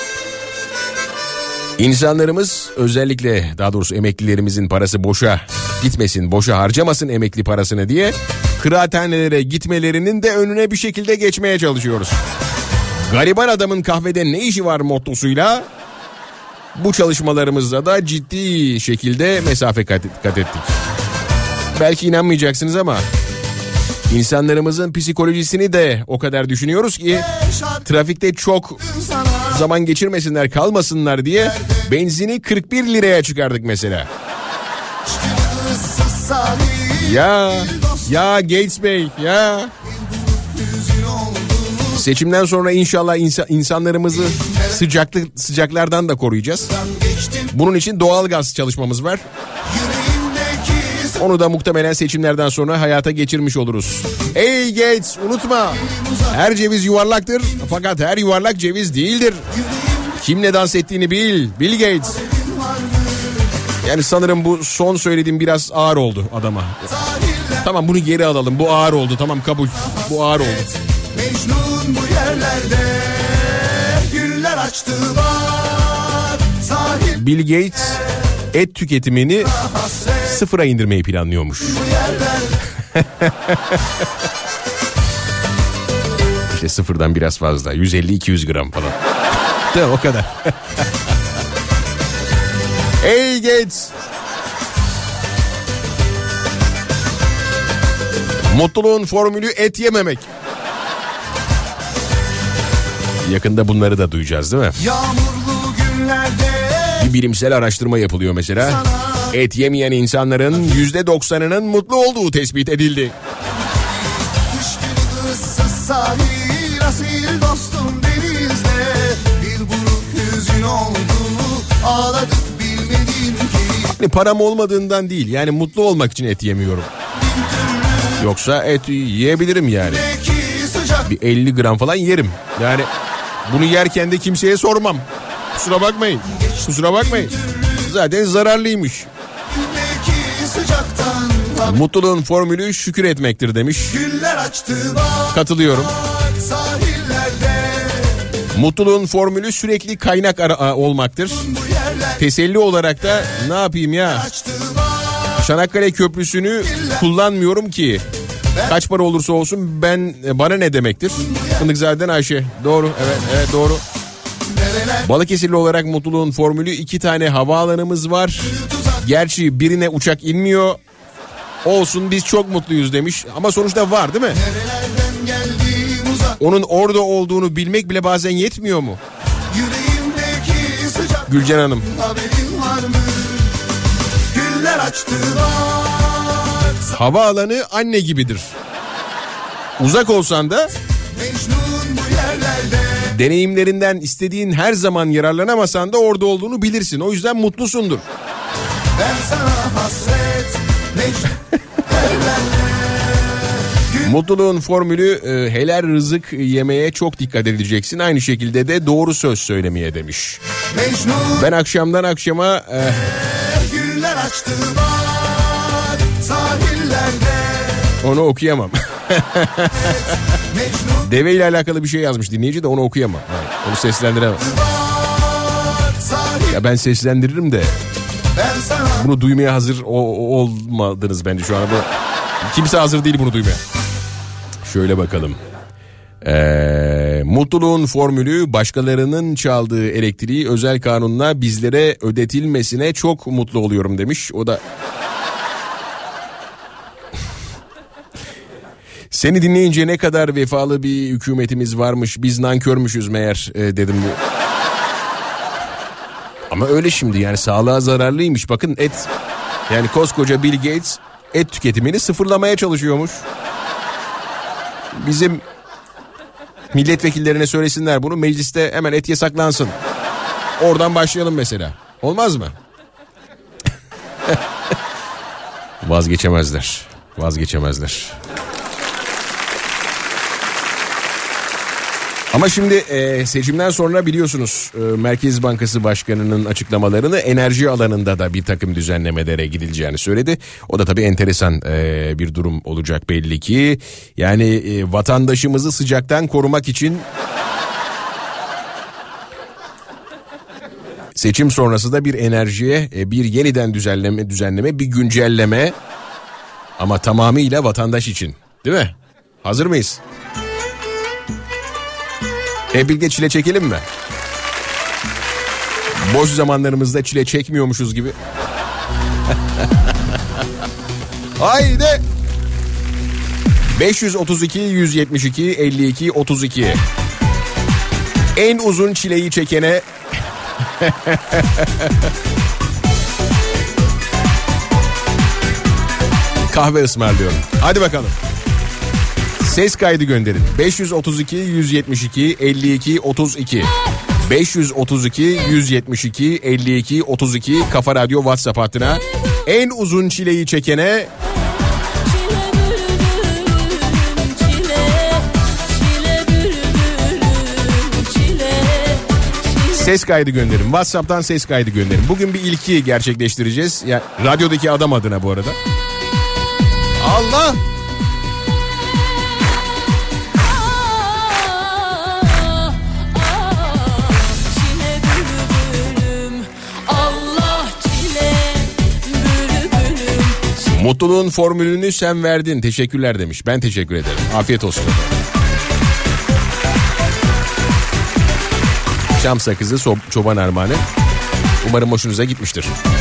İnsanlarımız, özellikle daha doğrusu emeklilerimizin parası boşa gitmesin, boşa harcamasın emekli parasını diye kıraathanelere gitmelerinin de önüne bir şekilde geçmeye çalışıyoruz. Gariban adamın kahvede ne işi var mottosuyla bu çalışmalarımızda da ciddi şekilde mesafe kat, kat ettik. Belki inanmayacaksınız ama insanlarımızın psikolojisini de o kadar düşünüyoruz ki trafikte çok zaman geçirmesinler, kalmasınlar diye benzini kırk bir liraya çıkardık mesela. Ya ya Gates Bey ya. Seçimden sonra inşallah insa- insanlarımızı sıcaklık sıcaklardan da koruyacağız. Bunun için doğalgaz çalışmamız var. Onu da muhtemelen seçimlerden sonra hayata geçirmiş oluruz. Ey Gates, unutma. Her ceviz yuvarlaktır fakat her yuvarlak ceviz değildir. Kimle dans ettiğini bil, Bill Gates. Yani sanırım bu son söylediğim biraz ağır oldu adama. Tamam, bunu geri alalım. Bu ağır oldu. Tamam, kabul. Bu ağır oldu. Mecnun bu yerlerde güller açtı bak. Sahil Bill Gates et tüketimini sıfıra indirmeyi planlıyormuş. İşte sıfırdan biraz fazla. yüz elli iki yüz gram falan. Değil mi? O kadar. Hey Gates. Mutluluğun formülü et yememek. Yakında bunları da duyacağız değil mi? yağmurlu günlerde Bir bilimsel araştırma yapılıyor mesela. Et yemeyen insanların yüzde doksanının mutlu olduğu tespit edildi. kış günü ıssız sahil asil dostum denizde bir buruk hüzün oldu ağladık bilmedim ki. Hani param olmadığından değil, yani mutlu olmak için et yemiyorum. Yoksa et yiyebilirim yani. Bir elli gram falan yerim. Yani bunu yerken de kimseye sormam. Kusura bakmayın. Kusura bakmayın. Zaten zararlıymış. Mutluluğun formülü şükür etmektir demiş. Katılıyorum. Mutluluğun formülü sürekli kaynak ara- olmaktır. Teselli olarak da ne yapayım ya? Çanakkale Köprüsü'nü kullanmıyorum ki. Kaç para olursa olsun ben bana ne demektir? Fındıkzade'den Ayşe. Doğru, evet, evet doğru. Balıkesirli olarak mutluluğun formülü iki tane havaalanımız var. Gerçi birine uçak inmiyor. Olsun biz çok mutluyuz demiş. Ama sonuçta var değil mi? Onun orada olduğunu bilmek bile bazen yetmiyor mu? Gülcan Hanım. Havaalanı anne gibidir. Uzak olsan da deneyimlerinden istediğin her zaman yararlanamasan da orada olduğunu bilirsin. O yüzden mutlusundur. Ben sana hasret Mutluluğun formülü e, helal rızık yemeye çok dikkat edeceksin. Aynı şekilde de doğru söz söylemeye demiş. Mecnun Ben akşamdan akşama e, güller açtı bak sahillerde. onu okuyamam. Deve ile alakalı bir şey yazmış dinleyici de onu okuyamam. Hayır, onu seslendiremem. Ya ben seslendiririm de bunu duymaya hazır o- olmadınız bence şu anda. Kimse hazır değil bunu duymaya. Şöyle bakalım. Ee, mutluluğun formülü başkalarının çaldığı elektriği özel kanunla bizlere ödetilmesine çok mutlu oluyorum demiş. O da seni dinleyince ne kadar vefalı bir hükümetimiz varmış, biz nankörmüşüz meğer e, dedim. Ama öyle şimdi, yani sağlığa zararlıymış. Bakın et, yani koskoca Bill Gates et tüketimini sıfırlamaya çalışıyormuş. Bizim milletvekillerine söylesinler bunu, mecliste hemen et yasaklansın. Oradan başlayalım mesela. Olmaz mı? Vazgeçemezler. Vazgeçemezler. Ama şimdi e, seçimden sonra biliyorsunuz e, Merkez Bankası Başkanı'nın açıklamalarını enerji alanında da bir takım düzenlemelere gidileceğini söyledi. O da tabii enteresan e, bir durum olacak belli ki. Yani e, vatandaşımızı sıcaktan korumak için Seçim sonrası da bir enerjiye, bir yeniden düzenleme, düzenleme, bir güncelleme ama tamamıyla vatandaş için, değil mi? Hazır mıyız? Hep birlikte çile çekelim mi? Boş zamanlarımızda çile çekmiyormuşuz gibi. Haydi. beş yüz otuz iki yüz yetmiş iki elli iki otuz iki. En uzun çileyi çekene kahve ısmarlıyorum. Hadi bakalım. Ses kaydı gönderin. beş yüz otuz iki yüz yetmiş iki elli iki otuz iki. beş yüz otuz iki yüz yetmiş iki elli iki otuz iki Kafa Radyo WhatsApp hattına en uzun çileyi çekene ses kaydı gönderin. WhatsApp'tan ses kaydı gönderin. Bugün bir ilki gerçekleştireceğiz. Ya radyodaki adam adına bu arada. Allah! Mutluluğun formülünü sen verdin. Teşekkürler demiş. Ben teşekkür ederim. Afiyet olsun. Şam sakızı so- çoban armağanı. Umarım hoşunuza gitmiştir.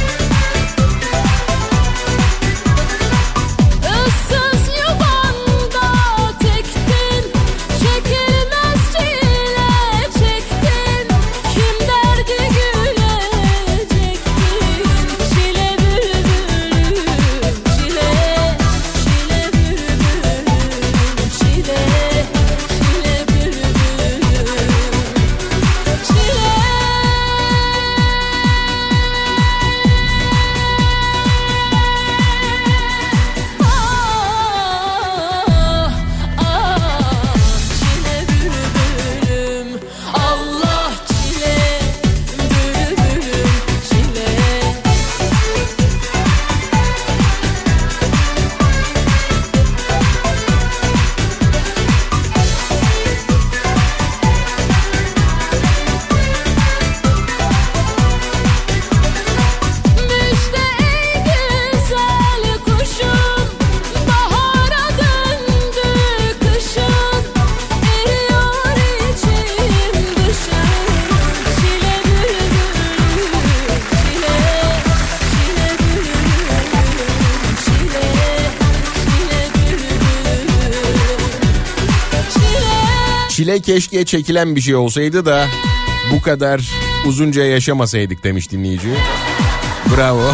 Çile keşke çekilen bir şey olsaydı da bu kadar uzunca yaşamasaydık demiş dinleyici. Bravo.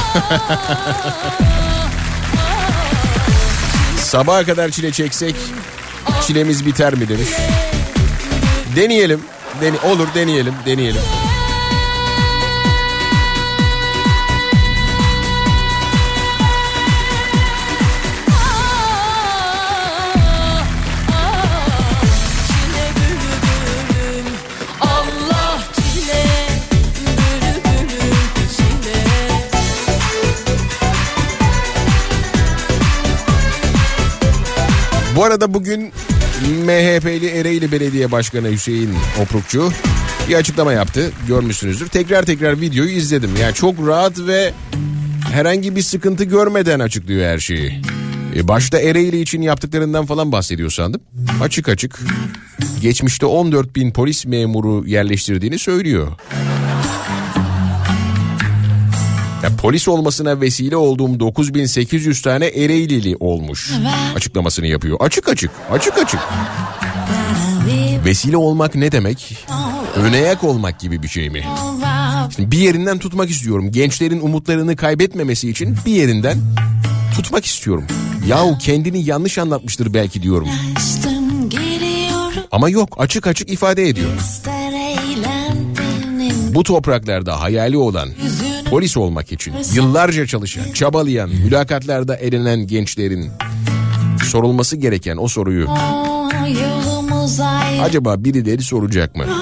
Sabaha kadar çile çeksek çilemiz biter mi demiş. Deneyelim. Dene- olur deneyelim, deneyelim. Bu arada bugün M H P'li Ereğli Belediye Başkanı Hüseyin Oprukçu bir açıklama yaptı. Görmüşsünüzdür. Tekrar tekrar videoyu izledim. Yani çok rahat ve herhangi bir sıkıntı görmeden açıklıyor her şeyi. E başta Ereğli için yaptıklarından falan bahsediyor sandım. Açık açık geçmişte on dört bin polis memuru yerleştirdiğini söylüyor. Ya polis olmasına vesile olduğum dokuz bin sekiz yüz tane Ereğlili olmuş. Evet. Açıklamasını yapıyor. Açık açık, açık açık. Vesile olmak ne demek? Önayak olmak gibi bir şey mi? Şimdi bir yerinden tutmak istiyorum. Gençlerin umutlarını kaybetmemesi için bir yerinden tutmak istiyorum. Yahu kendini yanlış anlatmıştır belki diyorum. Ama yok, açık açık ifade ediyor. Bu topraklarda hayali olan, polis olmak için yıllarca çalışan, çabalayan, mülakatlarda elenen gençlerin sorulması gereken o soruyu acaba birileri soracak mı?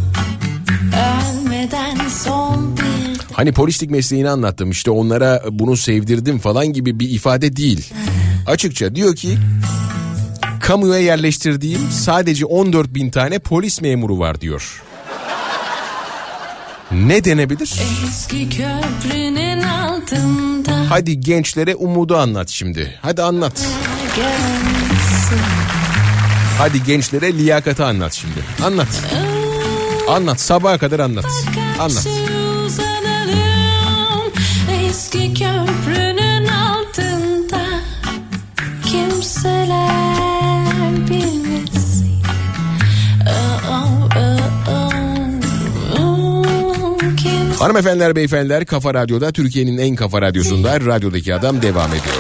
Hani polislik mesleğini anlattım, işte onlara bunu sevdirdim falan gibi bir ifade değil. Açıkça diyor ki kamuya yerleştirdiğim sadece on dört bin tane polis memuru var diyor. Ne denebilir? Eski köprünün altında. Hadi gençlere umudu anlat şimdi. Hadi anlat. Hadi gençlere liyakati anlat şimdi. Anlat. Anlat, sabaha kadar anlat. Anlat. Eski köprünün altında kimseler bilmesin. Hanımefendiler, beyefendiler, Kafa Radyo'da, Türkiye'nin en kafa radyosunda Radyodaki Adam devam ediyor.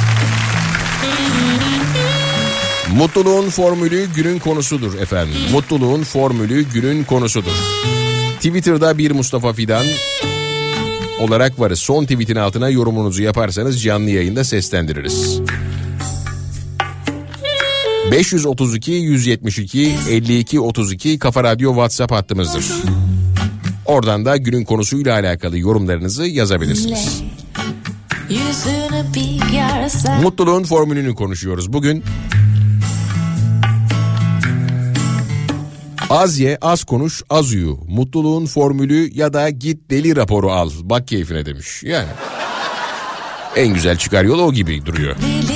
Mutluluğun formülü günün konusudur efendim. Mutluluğun formülü günün konusudur. Twitter'da bir Mustafa Fidan olarak varız. Son tweetin altına yorumunuzu yaparsanız canlı yayında seslendiririz. beş yüz otuz iki yüz yetmiş iki elli iki otuz iki Kafa Radyo WhatsApp hattımızdır. Oradan da günün konusuyla alakalı yorumlarınızı yazabilirsiniz. Mutluluğun formülünü konuşuyoruz bugün. Az ye, az konuş, az uyu. Mutluluğun formülü ya da git deli raporu al. Bak keyfine demiş. Yani en güzel çıkar yol o gibi duruyor.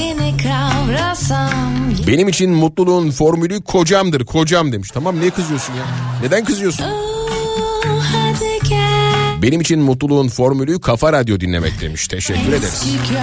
Benim için mutluluğun formülü kocamdır, kocam demiş. Tamam, niye kızıyorsun ya? Neden kızıyorsun? Benim için mutluluğun formülü Kafa Radyo dinlemek demiş. Teşekkür ederiz.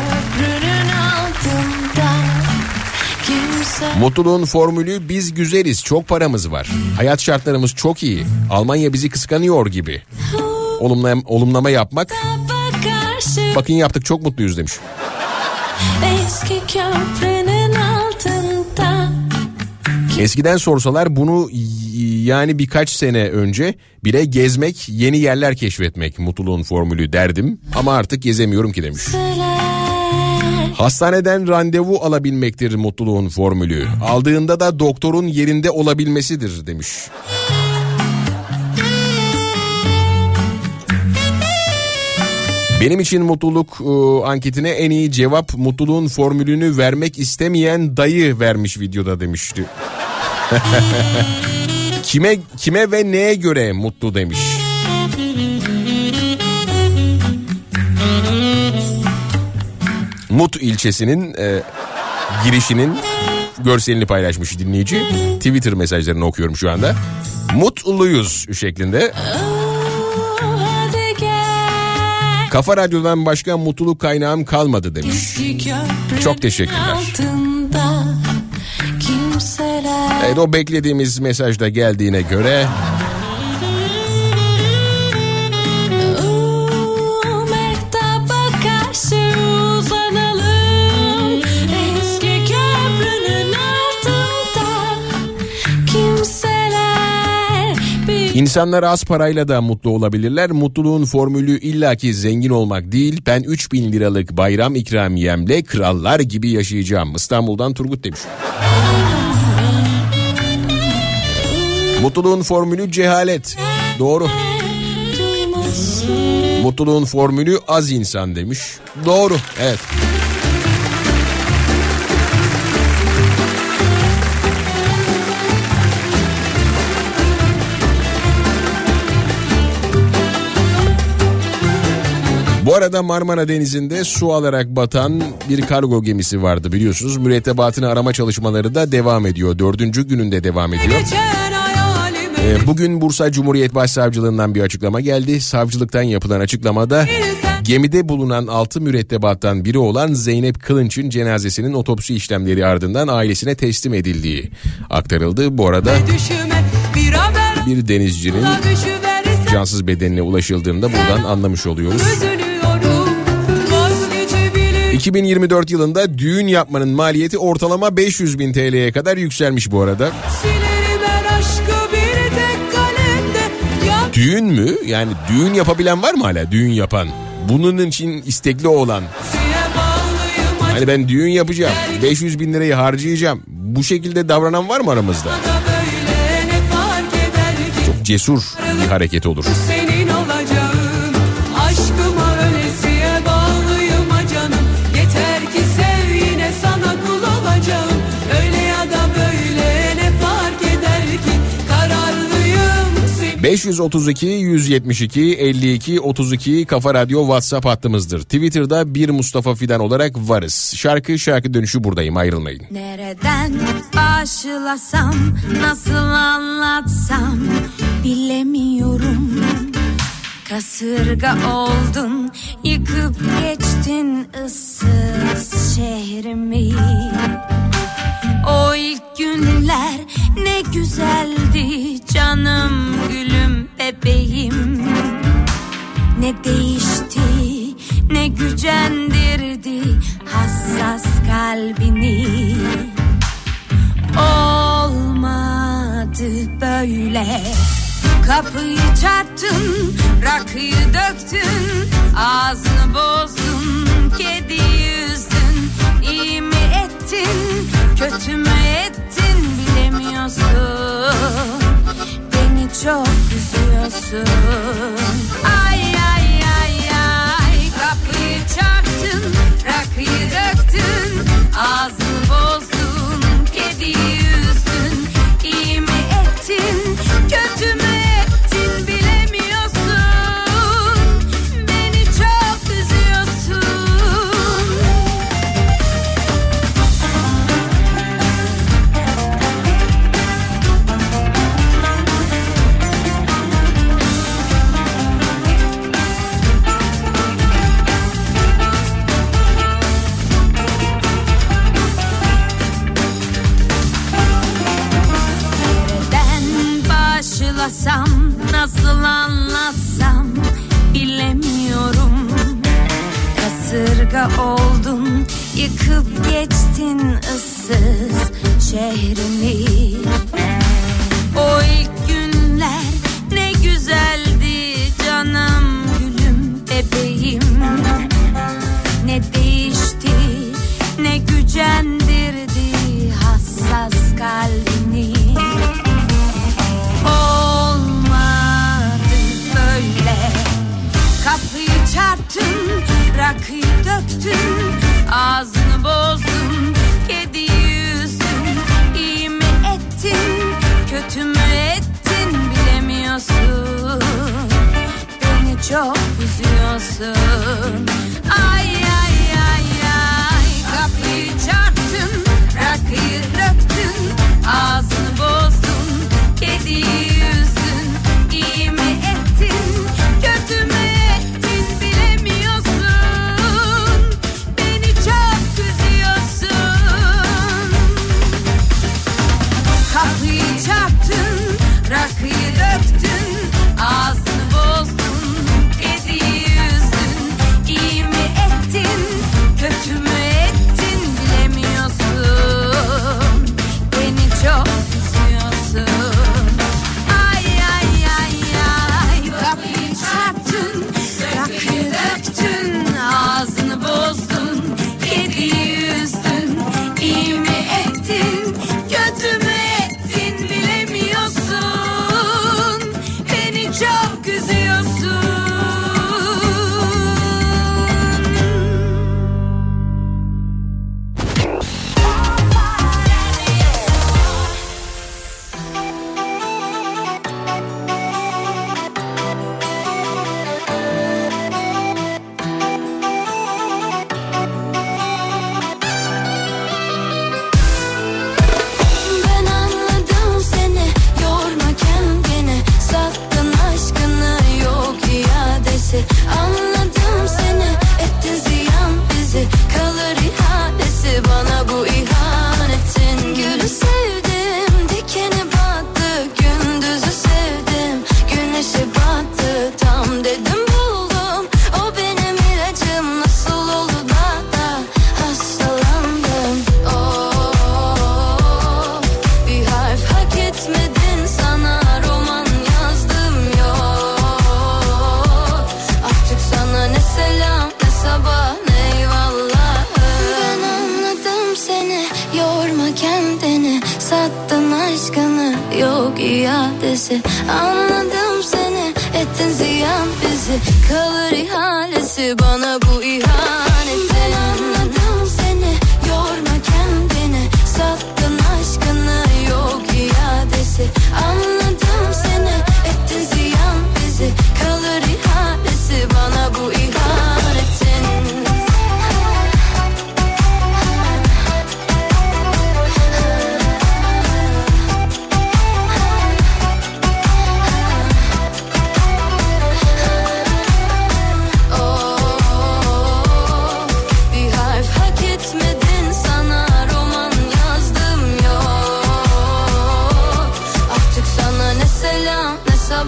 Mutluluğun formülü biz güzeliz, çok paramız var. Hayat şartlarımız çok iyi. Almanya bizi kıskanıyor gibi. Olumlama, olumlama yapmak. Bakın yaptık, çok mutluyuz demiş. Eski köprünün altında. Eskiden sorsalar bunu yani birkaç sene önce bile gezmek, yeni yerler keşfetmek mutluluğun formülü derdim. Ama artık gezemiyorum ki demiş. Hastaneden randevu alabilmektir mutluluğun formülü. Aldığında da doktorun yerinde olabilmesidir demiş. Benim için mutluluk e, anketine en iyi cevap mutluluğun formülünü vermek istemeyen dayı vermiş videoda demişti. kime kime ve neye göre mutlu demiş. Mut ilçesinin e, girişinin görselini paylaşmış dinleyici. Twitter mesajlarını okuyorum şu anda. Mutluyuz şeklinde. Kafa Radyo'dan başka mutluluk kaynağım kalmadı demiş. Çok teşekkürler. Evet, o beklediğimiz mesajda geldiğine göre... İnsanlar az parayla da mutlu olabilirler. Mutluluğun formülü illaki zengin olmak değil. Ben üç bin liralık bayram ikramiyemle krallar gibi yaşayacağım. İstanbul'dan Turgut demiş. Mutluluğun formülü cehalet. Doğru. Mutluluğun formülü az insan demiş. Doğru. Evet. Bu arada Marmara Denizi'nde su alarak batan bir kargo gemisi vardı biliyorsunuz. Mürettebatını arama çalışmaları da devam ediyor. Dördüncü gününde devam ediyor. Ee, bugün Bursa Cumhuriyet Başsavcılığından bir açıklama geldi. Savcılıktan yapılan açıklamada gemide bulunan altı mürettebattan biri olan Zeynep Kılınç'ın cenazesinin otopsi işlemleri ardından ailesine teslim edildiği aktarıldı. Bu arada bir denizcinin cansız bedenine ulaşıldığında buradan anlamış oluyoruz. iki bin yirmi dört yılında düğün yapmanın maliyeti ortalama beş yüz bin T L'ye kadar yükselmiş bu arada. Düğün mü? Yani düğün yapabilen var mı hala? Düğün yapan. Bunun için istekli olan. Hani ben düğün yapacağım. beş yüz bin lirayı harcayacağım. Bu şekilde davranan var mı aramızda? Çok cesur bir hareket olur. Senin olacağım, aşkıma ölesiye bağlıyım ha canım. Yeter ki sev, yine sana kul olacağım. Öyle ya da böyle ne fark eder ki, kararlıyım. beş yüz otuz iki yüz yetmiş iki elli iki otuz iki Kafa Radyo WhatsApp hattımızdır. Twitter'da bir Mustafa Fidan olarak varız. Şarkı şarkı dönüşü buradayım, ayrılmayın. Nereden başlasam, nasıl anlatsam bilemiyorum. Kasırga oldun, yıkıp geçtin ıssız şehrimi. O ilk günler ne güzeldi canım, gülüm, bebeğim. Ne değişti, ne gücendirdi hassas kalbini. Olmadı böyle. Kapıyı çarptın, rakıyı döktün, ağzını bozdun, kediyi üzdün. İyi mi ettin, kötü mü ettin bilemiyorsun. Beni çok üzüyorsun. Ay ay ay ay, kapıyı çarptın, rakıyı döktün, ağzını bozdun, kediyi üzdün. İyi mi ettin, kötü mü ettin bilemiyorsun. Beni çok üzüyorsun. Başlasam, nasıl anlatsam bilemiyorum. Kasırga oldun, yıkıp geçtin ıssız şehrimi. O ilk günler ne güzeldi canım, gülüm, bebeğim. Ne değişti, ne gücendirdi hassas kalbini. Olmadı böyle. Kapıyı çarptın, rakıyı döktün, ağzını bozdun, kediyi üzdün. İyi mi ettin, kötü mü ettin bilemiyorsun. Beni çok üzüyorsun. Ay ay ay ay, kapıyı çarptın, rakıyı döktün, ağzını bozdun, kediyi üzdün. İyi mi ettin, kötü mü ettin bilemiyorsun. Beni çok üzüyorsun. Kapıyı çarptın, rakıyı döktün, ağzını bozdun, kediyi üzdün. İyi mi ettin, kötü mü ettin bilemiyorsun. Beni çok üzüyorsun. Ay ay ay ay, kapıyı çarptın, rakıyı döktün, ağzını bozdun, kediyi üzdün. İyi mi ettin, kötü mü ettin bilemiyorsun. Beni çok üzüyorsun. Ben anladım seni, yorma kendini, sattın aşkını, yok iadesi. Anladım seni, ettin ziyan bizi, kalır ihalesi bana bu ihanetin. Gülü sevdim, dikeni battı, gündüzü sevdim, güneşi battı. Tam dedim buldum, o benim ilacım, nasıl oldu da da hastalandım. Oh, bir harf hak etmedin, sana roman yazdım yok. Artık sana ne selam, ne sabah, ne eyvallah. Ben anladım seni, yorma kendini, sattın aşkını, yok iadesi. Anladım seni, ettin ziyan bizi, kalır ihalesi bana bu ihanetin. Ben anladım seni, yorma kendini, sattın aşkını, yok iadesi. Anladım seni, ettin ziyan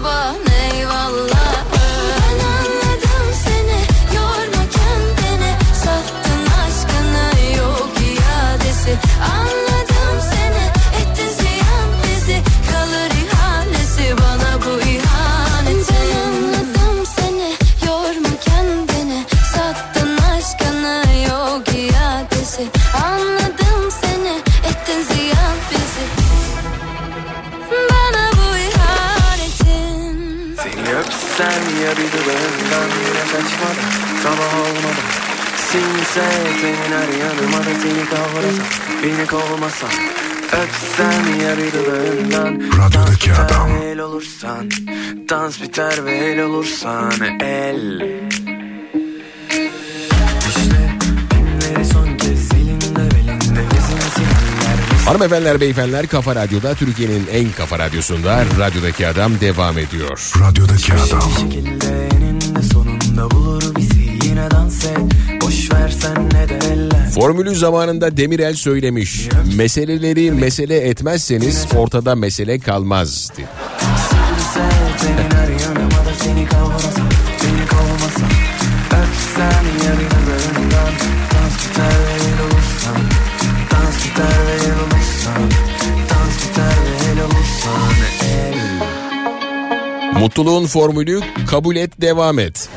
kurban eyvallah. Ben anladım seni, yorma kendini, sattın aşkını yok iadesi. Anladım seni, ettin ziyan bizi, kalır ihanesi bana bu ihanetin. Ben anladım seni, yorma kendini, sattın aşkını yok iadesi. Anladım seni, ettin ziyan bizi, bana bu ihanetin. Seni öpsem ya bir dudağından yine saçmadan sabah olmadan sinse senin her yanıma da seni kavrasam beni kovmasan. Öpsem ya bir dudağından Radyodaki adam. el olursan, dans biter ve el olursan el. İşte günleri son kez elinde belinde gezinsin. Hanımefendiler, beyefendiler, Kafa Radyo'da, Türkiye'nin en kafa radyosunda Radyodaki Adam devam ediyor. Radyodaki adam. Bir şekilde eninde sonunda bulur bizi, yine dans et, boş versen ne de eller. Formülü zamanında Demirel söylemiş. Meseleleri mesele etmezseniz ortada mesele kalmaz dedi. Sen senin her yanıma da seni kavrasam beni kovmasan. Öpsem ya bir dudağından dans biter ve el olursan, dans biter ve el olursan, dans biter ve el olursan el. Mutluluğun formülü kabul et, devam et.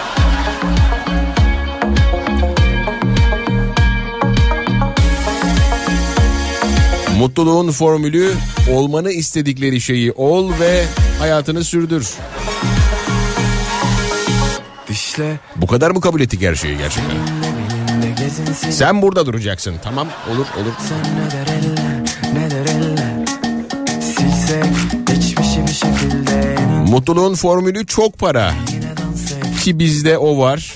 Mutluluğun formülü olmanı istedikleri şeyi ol ve hayatını sürdür. Dişle Bu kadar mı kabul ettik her şeyi gerçekten? belinde gezinsin. Sen burada duracaksın. Tamam, olur olur. Sen ne der eller, ne der eller. Silsek geçmişi bir şekilde enin Mutluluğun formülü çok para. yine dans et. Ki bizde o var.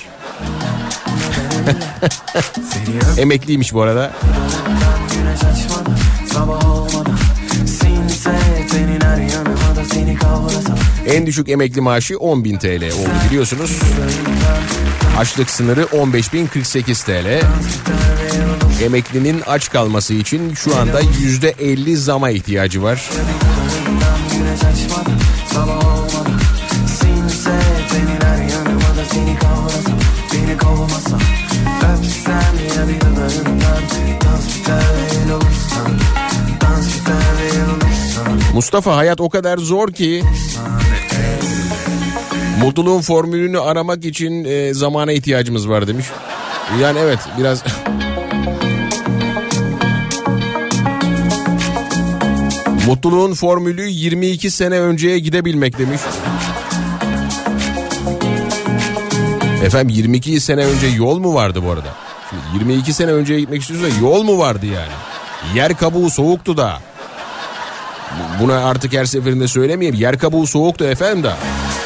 Seni öp Emekliymiş bu arada. güneş açmadan sabah olmadan sinse senin her yanıma da seni kavrasam. En düşük emekli maaşı on bin T L oldu biliyorsunuz. Açlık sınırı on beş bin kırk sekiz T L. Emeklinin aç kalması için şu anda yüzde elli zama ihtiyacı var. Güneş açmadan sabah olmadan sinse senin her yanıma da seni kavrasam beni kovmasan. Öpsem ya bir dudağından dans biter ve el olursan, dans biter ve el olursan. Mustafa, hayat o kadar zor ki mutluluğun formülünü aramak için e, zamana ihtiyacımız var demiş. Yani evet, biraz mutluluğun formülü yirmi iki sene önceye gidebilmek demiş. Efendim, yirmi iki sene önce yol mu vardı bu arada? Şimdi yirmi iki sene önceye gitmek istiyorsa yol mu vardı yani? Yer kabuğu soğuktu da. Buna artık her seferinde söylemeyeyim. Yer kabuğu soğuktu efendim da.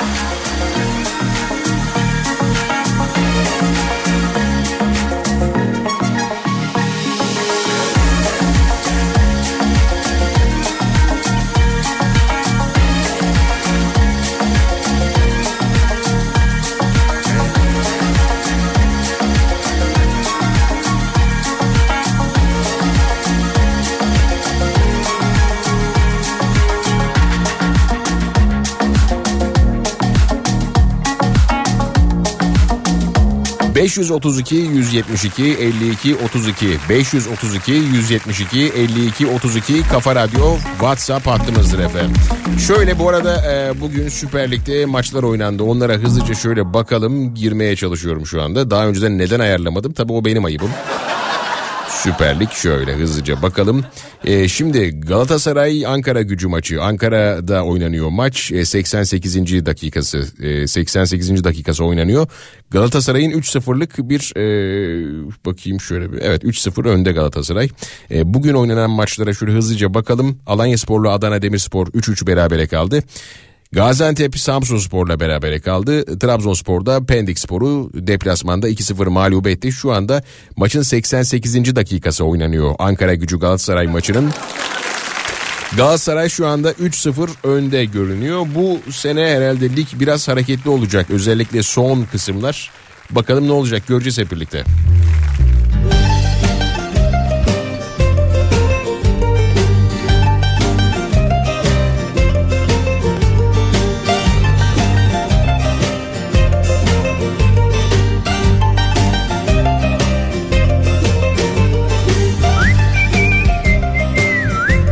beş yüz otuz iki yüz yetmiş iki elli iki otuz iki beş yüz otuz iki yüz yetmiş iki elli iki otuz iki Kafa Radyo WhatsApp hattımızdır efendim. Şöyle, bu arada e, bugün Süper Lig'de maçlar oynandı. Onlara hızlıca şöyle bakalım, girmeye çalışıyorum şu anda. Daha önceden neden ayarlamadım? Tabii o benim ayıbım. Süper Lig, şöyle hızlıca bakalım. Ee, şimdi Galatasaray Ankara Gücü maçı. Ankara'da oynanıyor maç. Ee, seksen sekizinci dakikası. Ee, seksen sekizinci dakikası oynanıyor. Galatasaray'ın üç sıfırlık bir e, bakayım şöyle bir. Evet, üç sıfır önde Galatasaray. E, bugün oynanan maçlara şöyle hızlıca bakalım. Alanyaspor'la Adana Demirspor üç üç berabere kaldı. Gaziantep Samsunspor'la berabere kaldı. Trabzonspor'da Pendikspor'u deplasmanda iki sıfır mağlup etti. Şu anda maçın seksen sekizinci dakikası oynanıyor. Ankara Gücü Galatasaray maçının. Galatasaray şu anda üç sıfır önde görünüyor. Bu sene herhalde lig biraz hareketli olacak. Özellikle son kısımlar. Bakalım ne olacak, göreceğiz hep birlikte.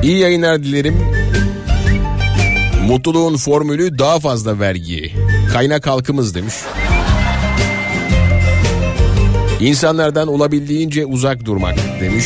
İyi yayınlar dilerim. Mutluluğun formülü daha fazla vergi. Kaynak halkımız demiş. İnsanlardan olabildiğince uzak durmak demiş.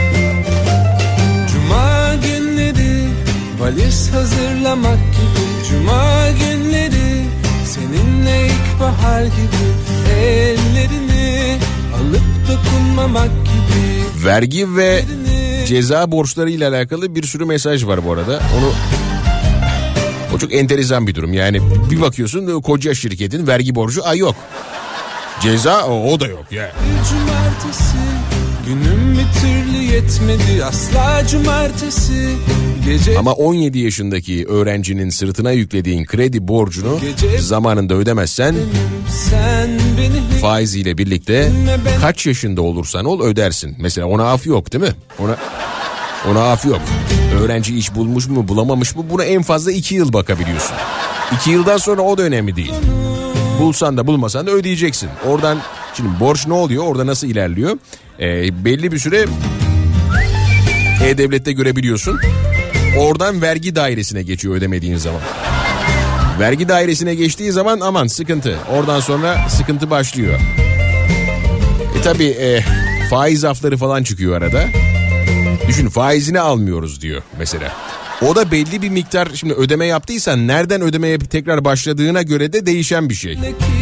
Cuma günleri valiz hazırlamak gibi, cuma günleri seninle ilkbahar gibi, ellerini alıp dokunmamak gibi. Vergi ve ceza borçları ile alakalı bir sürü mesaj var bu arada. Onu o çok enteresan bir durum. Yani bir bakıyorsun koca şirketin vergi borcu ay yok. Ceza o, o da yok ya. Yani. Cumartesi günüm bir türlü yetmedi asla cumartesi. Gece... Ama on yedi yaşındaki öğrencinin sırtına yüklediğin kredi borcunu Gece... zamanında ödemezsen beni... faiziyle birlikte ben... kaç yaşında olursan ol ödersin. Mesela ona af yok değil mi? Ona ona af yok. Öğrenci iş bulmuş mu bulamamış mı buna en fazla iki yıl bakabiliyorsun. iki yıldan sonra o da önemli değil. Bulsan da bulmasan da ödeyeceksin. Oradan şimdi borç ne oluyor? Orada nasıl ilerliyor? Ee, belli bir süre E-Devlet'te görebiliyorsun. Oradan vergi dairesine geçiyor ödemediğin zaman. Vergi dairesine geçtiği zaman aman sıkıntı. Oradan sonra sıkıntı başlıyor. E tabi e, faiz afları falan çıkıyor arada. Düşün faizini almıyoruz diyor mesela. O da belli bir miktar şimdi ödeme yaptıysan nereden ödemeye tekrar başladığına göre de değişen bir şey.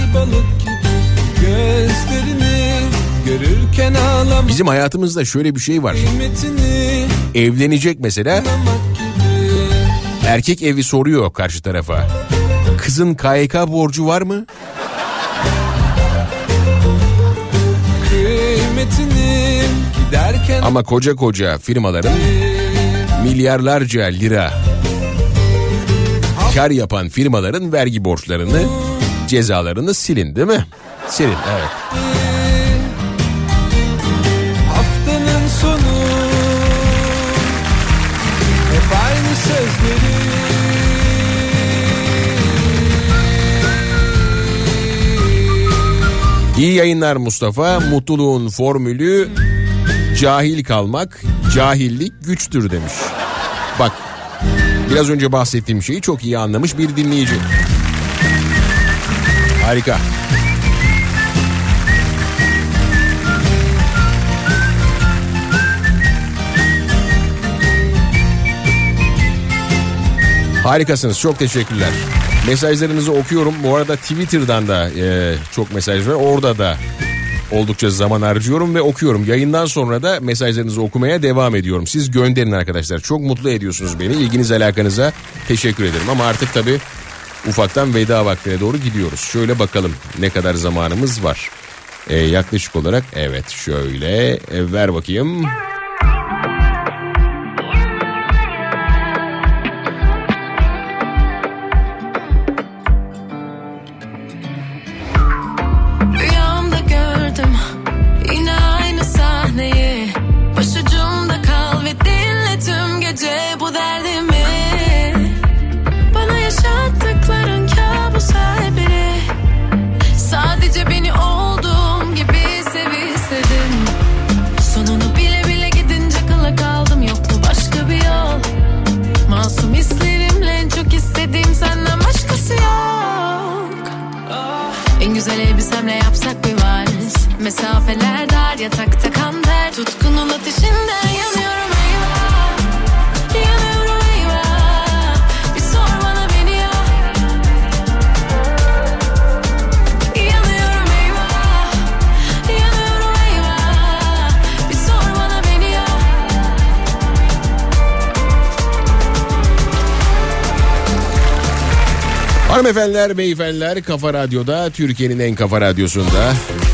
Bizim hayatımızda şöyle bir şey var. Evlenecek mesela. Erkek evi soruyor karşı tarafa. Kızın K Y K borcu var mı? Ama koca koca firmaların milyarlarca lira kar yapan firmaların vergi borçlarını, cezalarını silin değil mi? Silin, evet. Haftanın sonu hep aynı sözleri. İyi yayınlar Mustafa. Mutluluğun formülü cahil kalmak, cahillik güçtür demiş. Bak, biraz önce bahsettiğim şeyi çok iyi anlamış bir dinleyici. Harika. Harikasınız, çok teşekkürler. Mesajlarınızı okuyorum. Bu arada Twitter'dan da e, çok mesaj var. Orada da oldukça zaman harcıyorum ve okuyorum. Yayından sonra da mesajlarınızı okumaya devam ediyorum. Siz gönderin arkadaşlar. Çok mutlu ediyorsunuz beni. İlginiz alakanıza teşekkür ederim. Ama artık tabii ufaktan veda vaktine doğru gidiyoruz. Şöyle bakalım ne kadar zamanımız var. Ee, yaklaşık olarak evet şöyle e, ver bakayım. Mesafeler dar, yatakta kan ter. Tutkunun ateşinden yanıyorum eyvah. Yanıyorum eyvah. Bir sor bana beni ya. Yanıyorum eyvah. Yanıyorum eyvah. Bir sor bana beni ya. Hanımefendiler, beyefendiler, Kafa Radyo'da, Türkiye'nin en kafa radyosunda.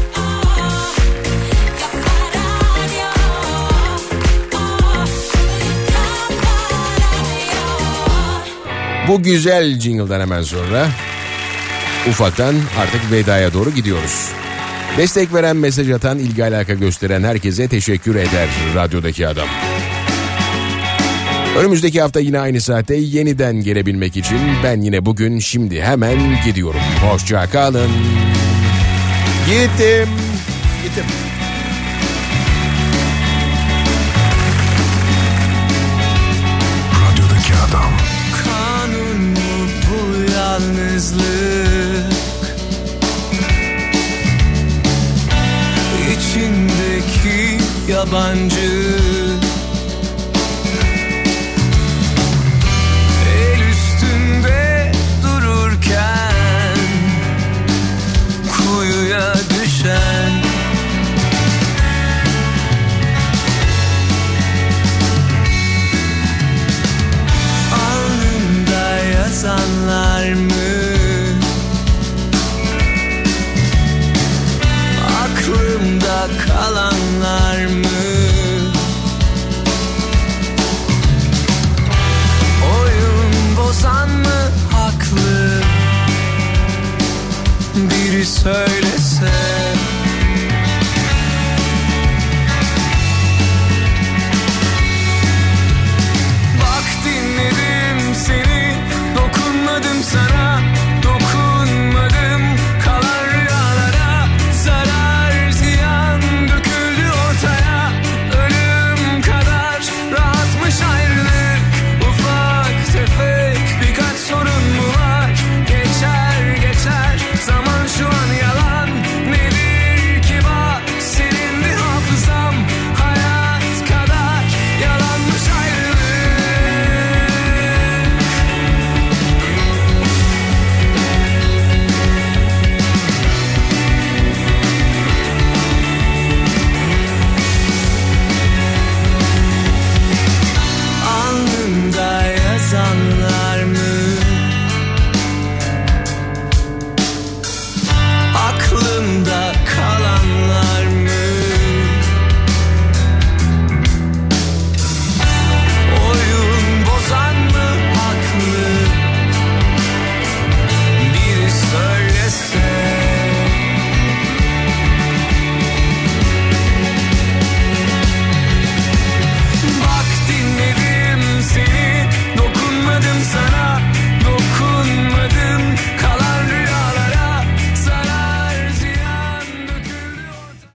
Bu güzel jingle'dan hemen sonra ufaktan artık vedaya doğru gidiyoruz. Destek veren, mesaj atan, ilgi alaka gösteren herkese teşekkür eder radyodaki adam. Önümüzdeki hafta yine aynı saate yeniden gelebilmek için ben yine bugün şimdi hemen gidiyorum. Hoşça kalın. Gittim. Gittim. yabancı